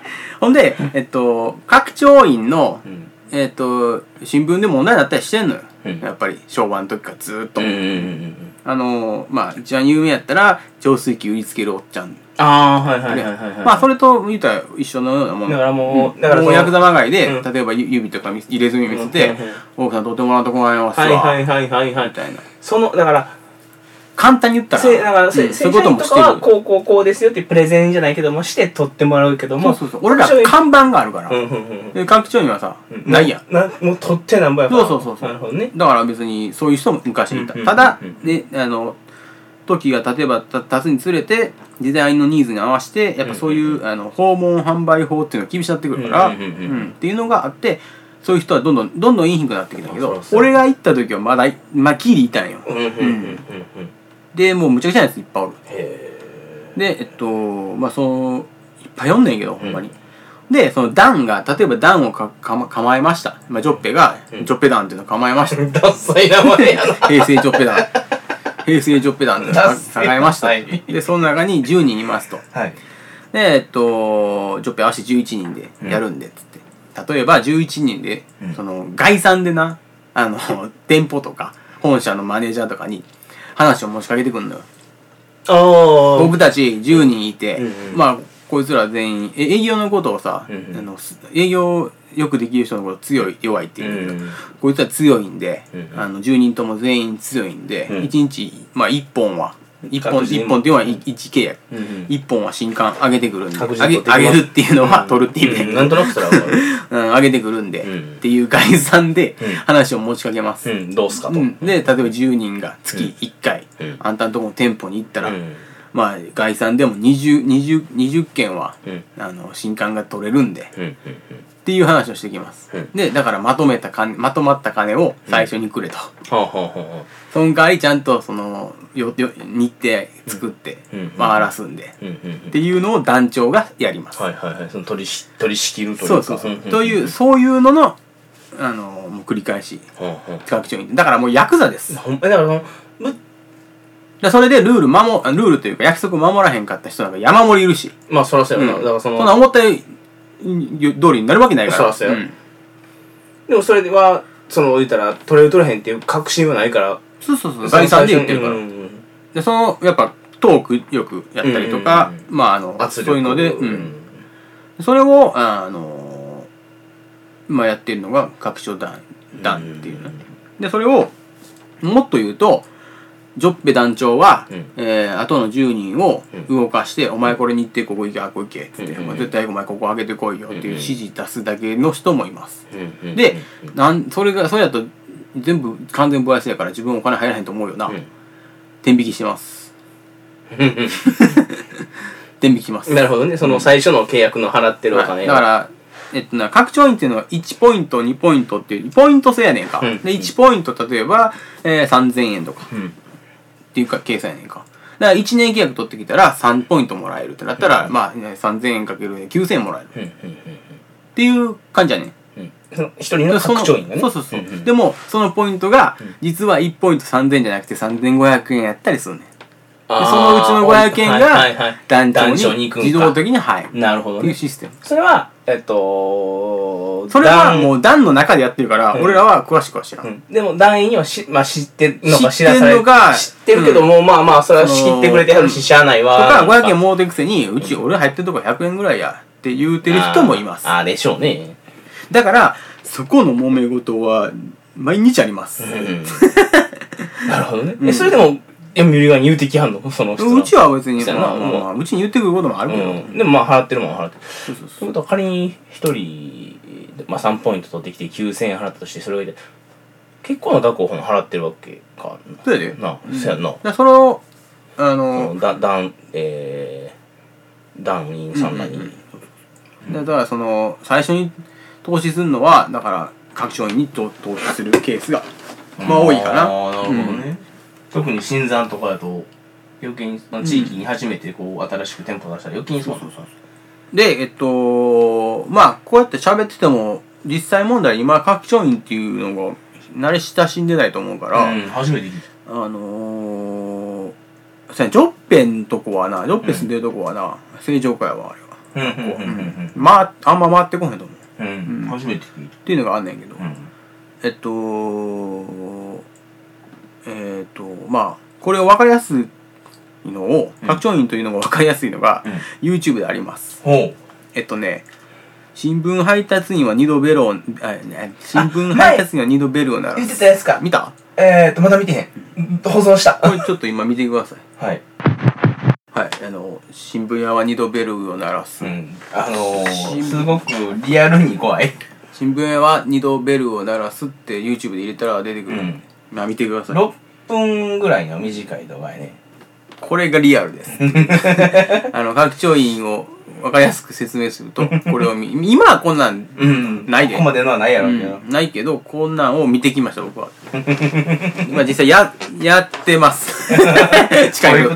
ほんで、拡張院の、新聞で問題になったりしてんのよ。やっぱり、昭和の時からずーっと。まあ、一番有名やったら、浄水器売りつけるおっちゃん。 ああ、はいはいはいはい。 まあ、それと言ったら一緒のようなもん。 だからもう、 ヤクザまがいで、例えば指とか入れ墨見せて、奥さん取ってもらうとこないますわ。 はいはいはいはい。みたいな。だから、 簡単に言ったら、 だから、正社員とかはこうですよっていうプレゼンじゃないけども、して取ってもらうけども。 そう。俺ら看板があるから。拡張にはさ、ないやん。 もう取ってなんぼやから。 そう。 なるほどね。 だから別に、そういう人も昔いた。ただ、ね、時が例えば経つにつれて、時代のニーズに合わせて、やっぱそういう、訪問販売法っていうのが厳しくなってくるから、っていうのがあって、そういう人はどんどん言いにくくなってきたけど、俺が行った時はまだ、ギリいたんよ。で、もうむちゃくちゃなやついっぱいおる。で、いっぱい読んねんけど、ほんまに。で、その段が、例えば段を構えました。ジョッペが、ジョッペ段っていうのを構えました。 ダッサい名前やな。 平成ジョッペ段っていうのを構えました。で、その中に10人いますと。で、ジョッペ足11人でやるんで、つって。例えば11人で、概算でな、店舗とか、本社のマネージャーとかに、話を持ちかけてくんのよ。僕たち10人いて、まあこいつら全員営業のことをさ、営業よくできる人のこと強い弱いっていうけど、こいつら強いんで、10人とも全員強いんで、1日まあ1本っていうのは1契約、1本は新刊上げてくるんで、上げるっていうのは取るっていうね、 なんとなくそれは上げてくるんで、っていう概算で話を持ちかけます。 どうすかと。 で、例えば10人が月1回、あんたのとこの店舗に行ったら、まあ、概算でも20件は、新刊が取れるんで、っていう話をしてきます。で、だからまとまった金を最初にくれと。その代わりちゃんと、日程作って回らすんで、っていうのを団長がやります。 その取り仕切るというか。 そういうのの、もう繰り返し。拡張員。だからもうヤクザです。 だからそれでルールというか約束守らへんかった人なんか山盛りいるし。 まあそらそうやな。だからそんな思った通りになるわけないから。 そらそうや。でもそれは、言ったら取れへんっていう確信はないから。 そう。概算で言ってるから。で、やっぱトークよくやったりとか、まあそういうので、それを、今やってるのが拡張団っていうね。で、それを、もっと言うと、ジョッペ団長は、あとの10人を動かして、お前これに行って、ここ行け、あここ行け、つって、絶対お前ここ上げてこいよっていう指示出すだけの人もいます。で、それやと、全部完全不愛想やから自分お金入らへんと思うよな。天引きしてます。天引きします。 なるほどね。その最初の契約の払ってるお金。 だから、拡張員っていうのは1ポイント、2ポイントっていう、ポイント制やねんか。で、1ポイント、例えば、3000円とか。っていうか、計算やねんか。だから1年契約取ってきたら3ポイントもらえるってなったら、まあ、3000円かける9000円もらえる。っていう感じやねん。 一人の拡張員がね。 そう。でも、そのポイントが、実は1ポイント3000円じゃなくて3500円やったりするねん。そのうちの500円が団長に自動的に入る。 なるほどね。 っていうシステム。 それは、 それはもう団の中でやってるから、俺らは詳しくは知らん。 でも団員には知ってるのか知らされる。知ってるけども、まあ、それは仕切ってくれてはるし、しゃあないわ。 とか、500円もうてくせに、俺入ってるとこ100円ぐらいやって言うてる人もいます。 でしょうね。 だから、そこの揉め事は、毎日あります。 なるほどね。それでも、読売側に言うてきはんのその人うちは別に、うちに言ってくることもあるけど。 でもまあ払ってるもん払ってる。そういうことは仮に1人、3ポイント取ってきて9000円払ったとして、それが結構な額を払ってるわけか。 そうやで。 そうやんな。 その、 団員さんらに。 だから最初に投資するのは、だから各商品に投資するケースが、まあ多いかな。 なるほどね。特に新山とかだと余計に地域に初めてこう新しく店舗出したら余計にそう。 で、まあ、こうやって喋ってても、実際問題、今、拡張員っていうのが慣れ親しんでないと思うから、 初めて聞いた。 ジョッペんとこはな、ジョッペ住んでるとこはな、正常化やわ、あれは。あんま回ってこへんと思う。 初めて聞いた。 っていうのがあんねんけど、まあ、これを分かりやすいのを、拡張員というのが分かりやすいのが、YouTube であります。新聞配達員は2度ベルを、新聞配達員は2度ベルを鳴らす。 言ってたやつか。 見た？ まだ見てへん。保存した。 これちょっと今見てください。 はい。 はい、新聞屋は2度ベルを鳴らす。 すごくリアルに怖い。 新聞屋は2度ベルを鳴らすって YouTube で入れたら出てくる。まあ見てください。 6分ぐらいの短い動画やね。 これがリアルです。拡張員を分かりやすく説明すると、これを今はこんなんないで。 ここまでのはないやろうけど。 ないけど、こんなんを見てきました、僕は。今実際やってます。近いこと。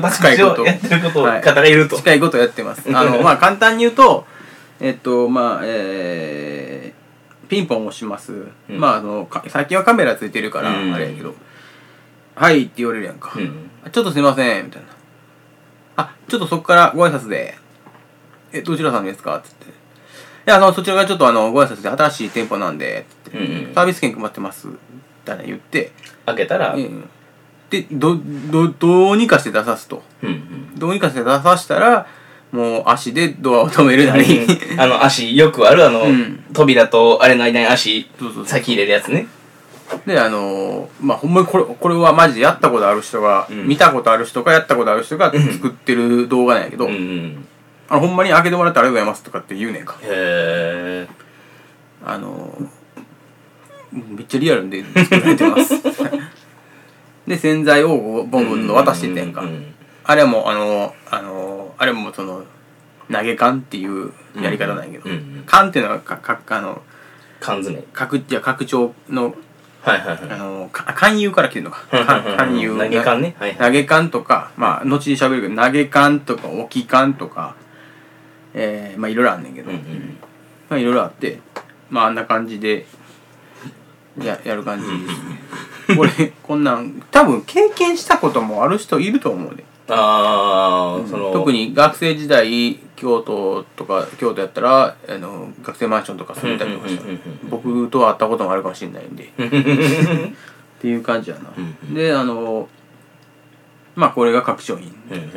やってることを方がいると。 近いことやってます。まあ簡単に言うと、まあ、ピンポンを押します。まあ、最近はカメラついてるから、あれやけど、はいって言われるやんか。ちょっとすいません、みたいな。ちょっとそこからご挨拶で、どちらさんですかって言って。いや、そちらがちょっとご挨拶で新しい店舗なんで、って言って、サービス券配ってます、みたいな言って、 開けたら、 で、どうにかして出さすと。どうにかして出さしたら、もう足でドアを止めるなり。 足、よくある扉とあれの間に足、先入れるやつね。 で、まあ、ほんまにこれはマジでやったことある人が、見たことある人かやったことある人が作ってる動画なんやけど、ほんまに開けてもらってありがとうございますとかって言うねんか。へー。めっちゃリアルで作られてます。で、洗剤をボンボンと渡しててんか。あれも、あれもその、投げ缶っていうやり方なんやけど、缶っていうのは、 缶詰。 拡張の、勧誘から来てるのか。勧誘。 投げ缶ね。 投げ缶とか、まあ、後に喋るけど、投げ缶とか、置き缶とか、まあ、いろいろあんねんけど、まあ、いろいろあって、まあ、あんな感じで、やる感じですね。こんなん、多分経験したこともある人いると思うね。特に学生時代、京都やったら、学生マンションとか住んでたりとかしたら、僕とは会ったこともあるかもしれないんで。っていう感じやな。で、まあ、これが拡張員。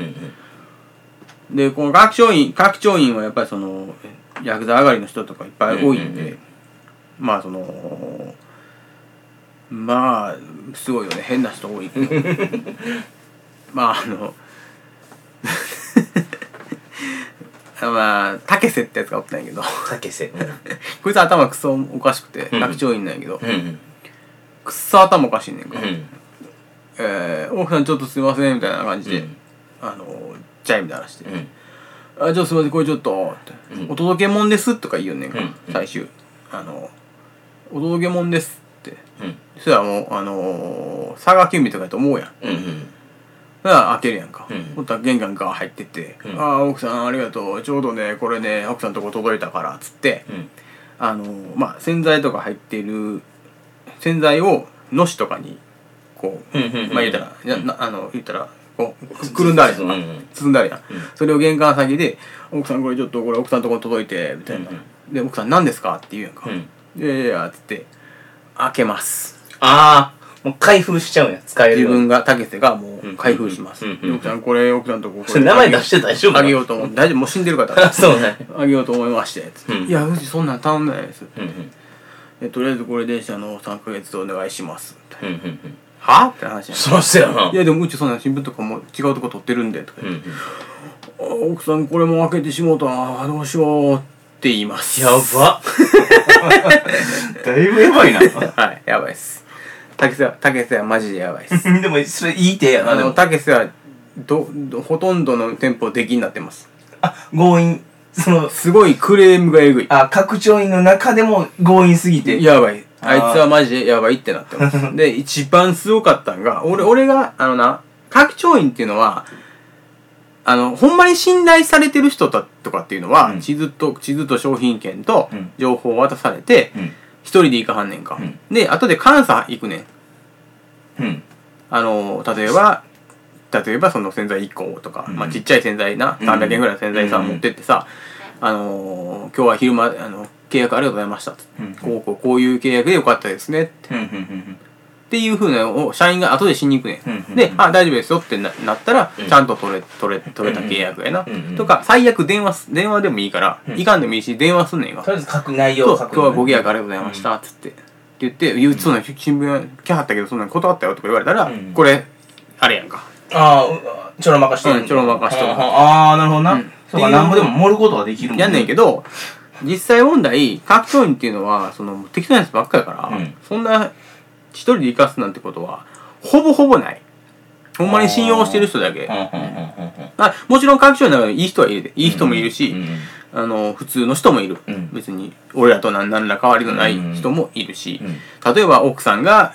で、この拡張員はやっぱりその、ヤクザ上がりの人とかいっぱい多いんで、まあまあ、すごいよね。変な人多いけど。まあまあ、竹瀬ってやつがおったんやけど。 竹瀬。 こいつ頭クソおかしくて、拡張員なんやけど、くっそ頭おかしいねんか。奥さんちょっとすいません、みたいな感じで、チャイム鳴らして。ちょっとすいません、これちょっと、お届けもんですとか言うよねんか、最終。お届けもんですって。そしたらもう、佐賀急便とかやと思うやん。開けるやんか。ほんとは玄関から入ってって、奥さんありがとう。ちょうどね、これね、奥さんとこ届いたから、つって、まあ、洗剤とか入ってる、洗剤を、のしとかに、こう、まあ言ったら、こう、くるんだあるやん。包んだあるやん。それを玄関先で、奥さんこれちょっと、これ奥さんとこ届いて、みたいな。で、奥さん何ですかって言うやんか。いや、つって、開けます。 もう開封しちゃうんや。使える。 自分が、竹瀬がもう開封します。奥さんこれ、奥さんとこそれ名前出して大丈夫？ あげようと思う。大丈夫、もう死んでる方。 そうね。 あげようと思いまして。いや、うちそんなん頼んでないです。とりあえずこれで3ヶ月でお願いします。はって話やん。 そうっすよな。 いや、でもうちそんな新聞とかも違うとこ撮ってるんで、とか言って。奥さんこれも開けてしもうたな。どうしようって言います。 やば。だいぶやばいな。 はい、やばいっす。竹瀬はマジでやばいっす。 でもそれいい手やな。 竹瀬はほとんどの店舗出禁になってます。 強引。 すごいクレームがえぐい。 拡張員の中でも強引すぎて。 やばい。あいつはマジでやばいってなってます。で、一番すごかったんが、俺が、拡張員っていうのは、 ほんまに信頼されてる人とかっていうのは、 うん地図と商品券とうん情報を渡されて、 うん一人で行かはんねんか。 うんで、後で監査行くねん。 うん例えばその洗剤1個とか、 うんまあちっちゃい洗剤な、300円ぐらいの洗剤さ、 うん持ってってさ、今日は昼間、契約ありがとうございました。 うんこういう契約でよかったですね。っていう風なのを社員が後でしに行くねん。で、大丈夫ですよってなったら、ちゃんと取れた契約やな。とか、最悪電話でもいいから、いかんでもいいし、電話すんねんが。 とりあえず内容をそう、今日はご契約ありがとうございました。つって。言って、そんな新聞来はったけど、そんな断ったよとか言われたら、これ、あれやんか。 ああ、ちょろまかしてる。ちょろまかしてる。 ああ、なるほどな。そうか、なんぼでも盛ることができるもんね。 やんねんけど、実際問題、拡張員っていうのは、適当なやつばっかりやから、そんな、一人で生かすなんてことは、ほぼほぼない。ほんまに信用してる人だけ。もちろん拡張員の中でいい人はいるで。いい人もいるし、普通の人もいる。別に、俺らと何ら変わりのない人もいるし、例えば奥さんが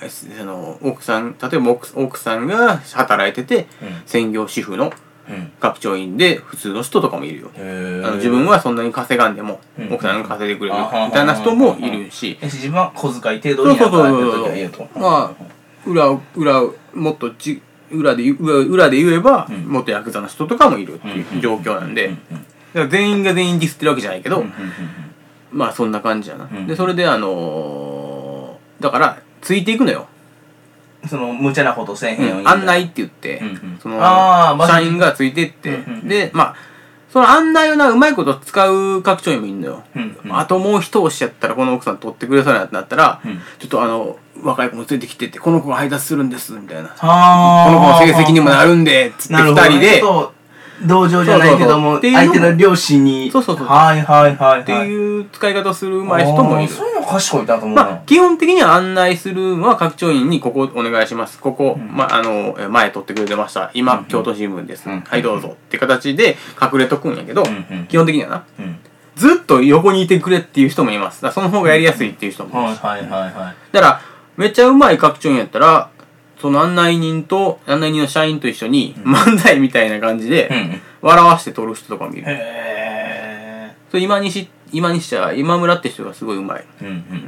働いてて、専業主婦の拡張員で普通の人とかもいるよ。自分はそんなに稼がんでも、奥さんが稼いでくれるみたいな人もいるし。 自分は小遣い程度に働いてる時はいいよと。 まあ、もっと裏で言えば、もっとヤクザの人とかもいるっていう状況なんで、全員が全員ディスってるわけじゃないけど、まあそんな感じやな。で、それでだから、ついていくのよ。 無茶なことせえへんように。 案内って言って、社員がついてって、で、まあ、その案内をうまいこと使う拡張員もいるのよ。あともう一押しやったらこの奥さん取ってくれそうなってなったら、ちょっと若い子も連れてきてって、この子が配達するんです、みたいな。この子の成績にもなるんで、つって二人で。 同情じゃないけども、相手の両親に。 っていう使い方をする上手い人もいる。 そういうの賢いなと思うな。基本的には案内するのは拡張員にここお願いします。ここ、前取ってくれてました。今、京都新聞です。はい、どうぞ。って形で隠れとくんやけど、基本的にはな。ずっと横にいてくれっていう人もいます。だからその方がやりやすいっていう人もいます。だから、めっちゃ上手い拡張員やったら、その案内人の社員と一緒に漫才みたいな感じで笑わして撮る人とかもいる。それ今村って人がすごい上手い。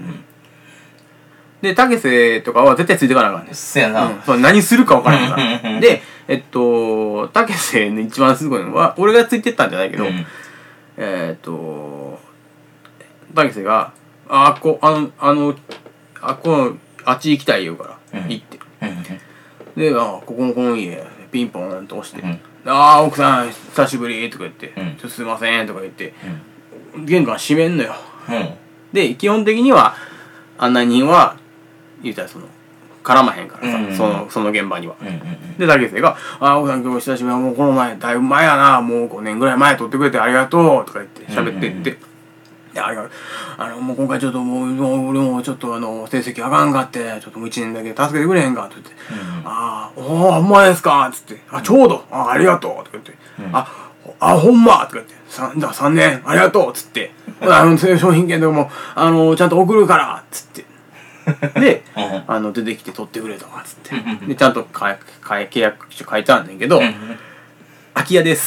で、竹瀬とかは絶対ついてかなあかんねん。 そうやな。 何するか分からへんから。で、竹瀬の一番すごいのは、俺がついてったんじゃないけど、竹瀬が、あっち行きたい言うから、行って。で、ここの家、ピンポンと押して、奥さん、久しぶりとか言って、ちょっとすいませんとか言って、玄関閉めんのよ。で、基本的には、案内人は、言うたら絡まへんからさ、その現場には。で、竹瀬が、奥さん今日久しぶり、もうこの前、だいぶ前やな、もう5年ぐらい前撮ってくれてありがとうとか言って喋ってって、もう今回ちょっと俺もちょっと成績あかんかって、ちょっともう1年だけ助けてくれへんかって言って、ほんまですかつって、ちょうど、ありがとうとか言って、ほんまとか言って、じゃあ3年ありがとうつって、商品券とかも、ちゃんと送るからつって、で、出てきて取ってくれとかつって、で、ちゃんと契約書書いてあんねんけど、空き家です。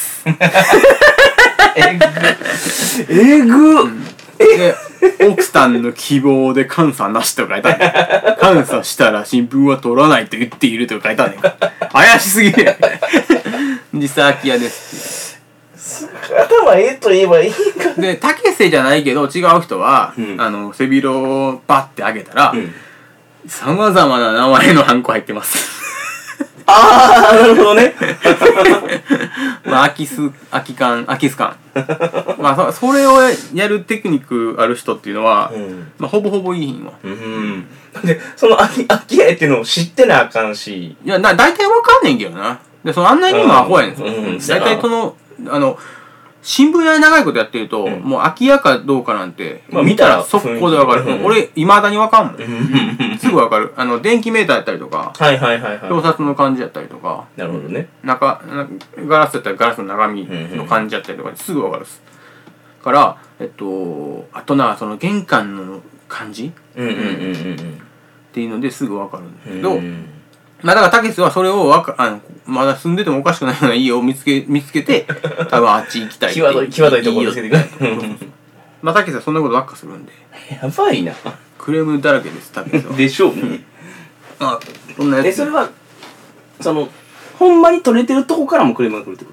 えぐで、奥さんの希望で監査なしとか書いてある。監査したら新聞は取らないと言っているとか書いてあるねん。怪しすぎるやん。実際空き家ですっていう。 頭ええと言えばいいんか。 で、竹瀬じゃないけど違う人は、背広をバッて上げたら、様々な名前のハンコ入ってます。 なるほどね。 空きス感。まあ、それをやるテクニックある人っていうのは、まあ、ほぼほぼいいひんわ。 で、その空き家っていうのを知ってなあかんし。 いや、大体わかんねんけどな。で、その案内人もアホやねん。大体新聞屋で長いことやってると、もう空き家かどうかなんて、見たら速攻でわかる。俺、未だにわかんもん。すぐわかる。電気メーターやったりとか、表札の感じやったりとか、 なるほどね。 ガラスやったらガラスの中身の感じやったりとか、すぐわかるっす。から、あとその玄関の感じっていうのですぐわかるんだけど、 まあだからたけしはそれをまだ住んでてもおかしくないような家を見つけて多分あっち行きたいって際どいところ見つけてくる。 まあたけしはそんなことばっかするんでやばいな。 クレームだらけですたけしは。 でしょうね。 あそんなやつ。 それはほんまに取れてるとこからもクレームが来るってこと？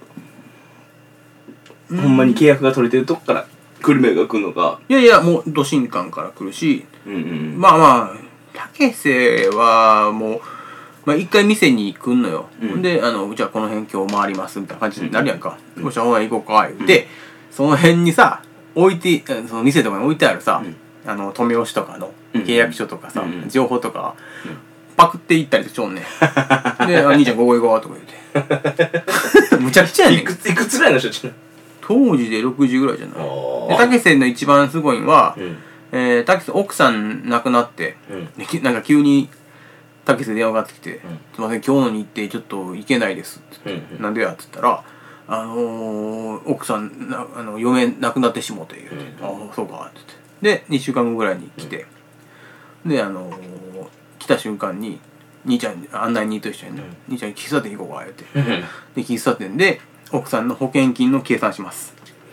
ほんまに契約が取れてるとこからクレームが来るのか。 いやいやもうド新館から来るし、まあまあたけしはもうまあ一回店に来んのよ。でじゃあこの辺今日回りますみたいな感じになるやんか。よしほな行こうか言ってその辺にさその店とかに置いてあるさ止め押しとかの契約書とかさ情報とかパクっていったりしょんねん。で兄ちゃんここ行こうとか言ってむちゃくちゃやねん。 いくつぐらいの人？ 当時で6時ぐらいじゃない。でたけしの一番すごいのはたけし奥さん亡くなってなんか急にたけし電話がかかってきて「すいません今日の日程ちょっと行けないです」って言って「なんでや」って言ったら奥さん嫁亡くなってしもて言うて「ああそうか」って言ってで2週間後ぐらいに来てで来た瞬間に兄ちゃん案内人と一緒に「兄ちゃん喫茶店行こうか」言うてで喫茶店で奥さんの保険金の計算します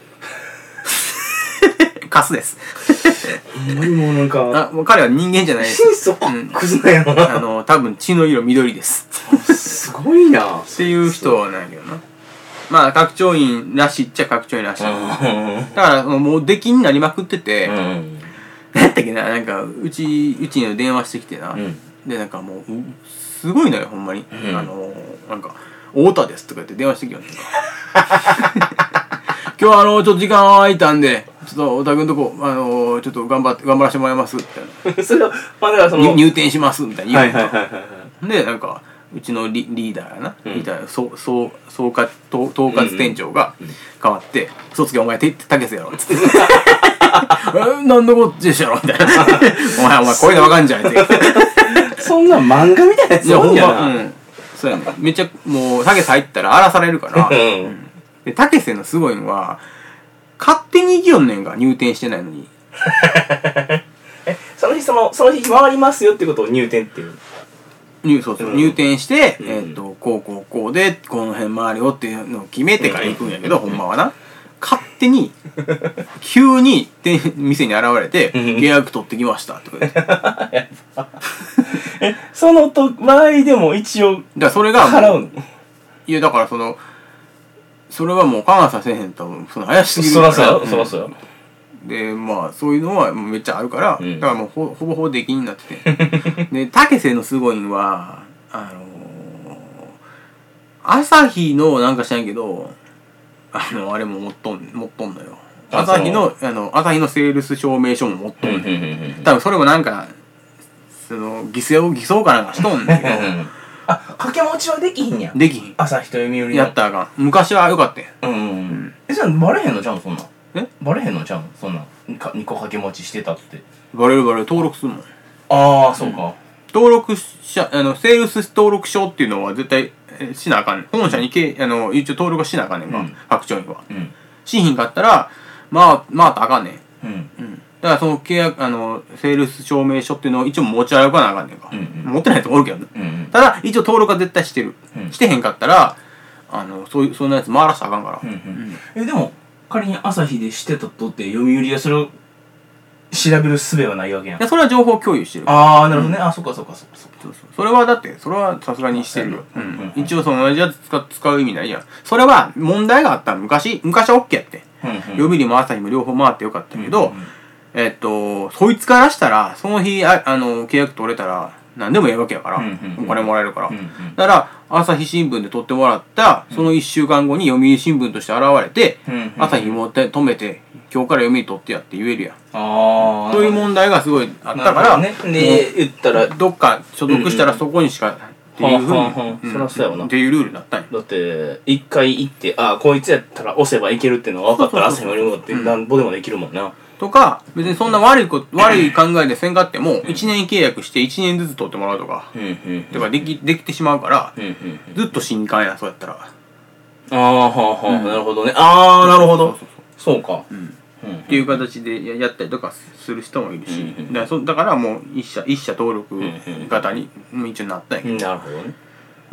カスですほんまにもうなんかもう彼は人間じゃないです。 クズなんやな。 多分血の色緑です。 すごいな。 っていう人はないけどな。まあ学長院らしいっちゃ学長院らしい。だからもう出禁になりまくってて、なんやったっけな、なんかうちに電話してきてな、でなんかもうすごいのよほんまに、なんか太田ですとか言って電話してきよんねんか。今日ちょっと時間空いたんでちょっとおたくんとこちょっと頑張らせてもらいますみたいな。 それはまあだから入店しますみたいな言うと。でなんかうちのリーダーやな、リーダー統括店長が変わって「嘘つけお前たけしやろ」っつって「何のこっちでしょ」みたいな「お前こういうのわかんじゃん」ってそんな漫画みたいなやつ多いんやな。 そうやねめっちゃもうたけし入ったら荒らされるからでたけしのすごいのは勝手に行きよんねんが入店してないのにその日回りますよってことを入店っていう入店して、こうでこの辺回るよっていうのを決めてから行くんやけど、ほんまはな勝手に急に店に現れて契約取ってきましたとか言ってその場合でも一応それが払うの？ いやだからそれはもう監査せえへんと怪しすぎるからそらそうよでまあそういうのはめっちゃあるから、だからもうほぼほぼ出禁になっててでたけしのすごいのは朝日のなんか知らんけどあれも持っとんのよ。朝日のセールス証明書も持っとんねん。多分それもなんか偽装かなんかしとんねんけど掛け持ちはできひんやん。 できひん。 朝日と読売のやったらあかん。昔はよかったやん。じゃあバレへんのちゃうんそんなんバレへんのちゃうんそんなん2個掛け持ちしてたってバレる登録するもん。 ああそうか、 登録セールス登録証っていうのは絶対しなあかんねん。本社に一応登録はしなあかんねんか、白鳥には。しひんかったらまああかんねん。だからその契約セールス証明書っていうのを一応持ち歩かなあかんねんか。持ってない人もおるけどね。ただ一応登録は絶対してる。してへんかったらそんなやつ回らしたらあかんから。 でも仮に朝日でしてたとって読売がそれを調べる術はないわけやん。 それは情報共有してる。 ああなるほどね。そっかそれはだってそれはさすがにしてるよ。一応同じやつ使う意味ないやん。それは問題があったら昔は OK やって。読売も朝日も両方回ってよかったけどそいつからしたらその日契約取れたら何でもええわけやからお金もらえるから。だから朝日新聞で取ってもらったその1週間後に読売新聞として現れて朝日も止めて今日から読売取ってやって言えるやん。そういう問題がすごいあったから言ったらどっか所属したらそこにしかっていうふうにそりゃそうやわなっていうルールになったんや。 だって一回行ってこいつやったら押せばいけるっていうのが分かったら朝日も読むってなんぼでもできるもんな。 とか別にそんな悪い考えでせんかっても1年契約して1年ずつ取ってもらうとかできてしまうからずっと新刊やそうやったらなるほどね。なるほどそうかっていう形でやったりとかする人もいるしだからもう一社登録型に一応なったんやけど。 なるほどね。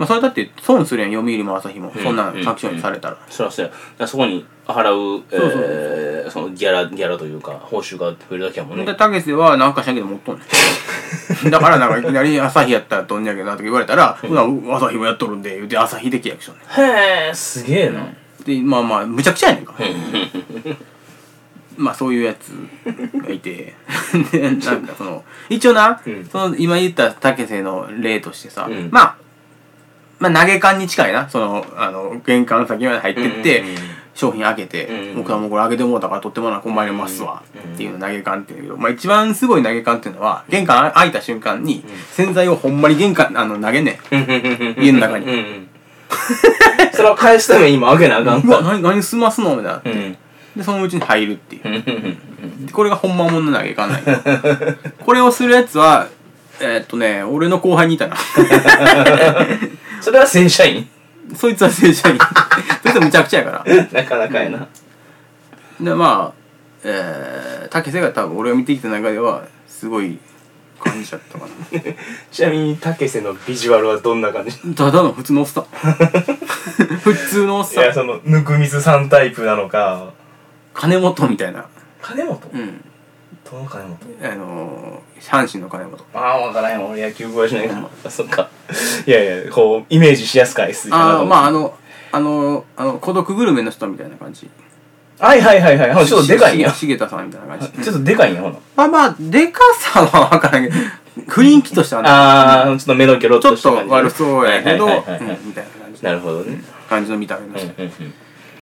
まあそれだって損するやん、読売も朝日も、そんな各所にされたら。 そりゃそうや。だからそこに払うそのギャラというか報酬が増えるだけやもんね。 でたけしはなんかしなきゃ持っとんねんだからなんかいきなり朝日やったらどんやけどなとか言われたら、ほな朝日もやっとるんで言うて朝日で契約しとんねん。 へえ、すげえな。 でまあまあむちゃくちゃやねんかまあそういうやつがいてでなんかその一応な、その今言ったたけしの例としてさ、まあ投げ缶に近いな、その玄関先まで入ってって商品開けて、僕はもうこれ開けてもうたから取ってもらう困りますわっていうの投げ缶っていうんだけど、まあ一番すごい投げ缶っていうのは玄関開いた瞬間に洗剤をほんまに玄関投げんねん家の中にそれを返すために今開けなあかんうわ何済ますのみたいなって、でそのうちに入るっていうこれがほんまもんの投げ缶ないこれをするやつは俺の後輩にいたなそれは正社員そいつは正社員そいつはむちゃくちゃやからなかなかやな。 でまあたけしが多分俺が見てきた中ではすごい感じちゃったかなちなみにたけしのビジュアルはどんな感じ？ ただの普通のおっさん普通のおっさん。 いや、そのぬくみずさんタイプなのか金本みたいな。 金本？ うん。 どの金本？ 阪神の金本。 ああ、分からへん。俺野球詳しないから。あ、そっか。いやいや、こうイメージしやすかいっす。 ああ、まあ孤独グルメの人みたいな感じ。 はいはいはいはい。ちょっとでかいんや。 重田さんみたいな感じ。 ちょっとでかいんや、ほな。 まあでかさは分からんけど、雰囲気としてはね。 ああ、ちょっと目のキョロっとした感じ。 ちょっと悪そうやけど、みたいな感じ。 なるほどね。 感じの見た目の人。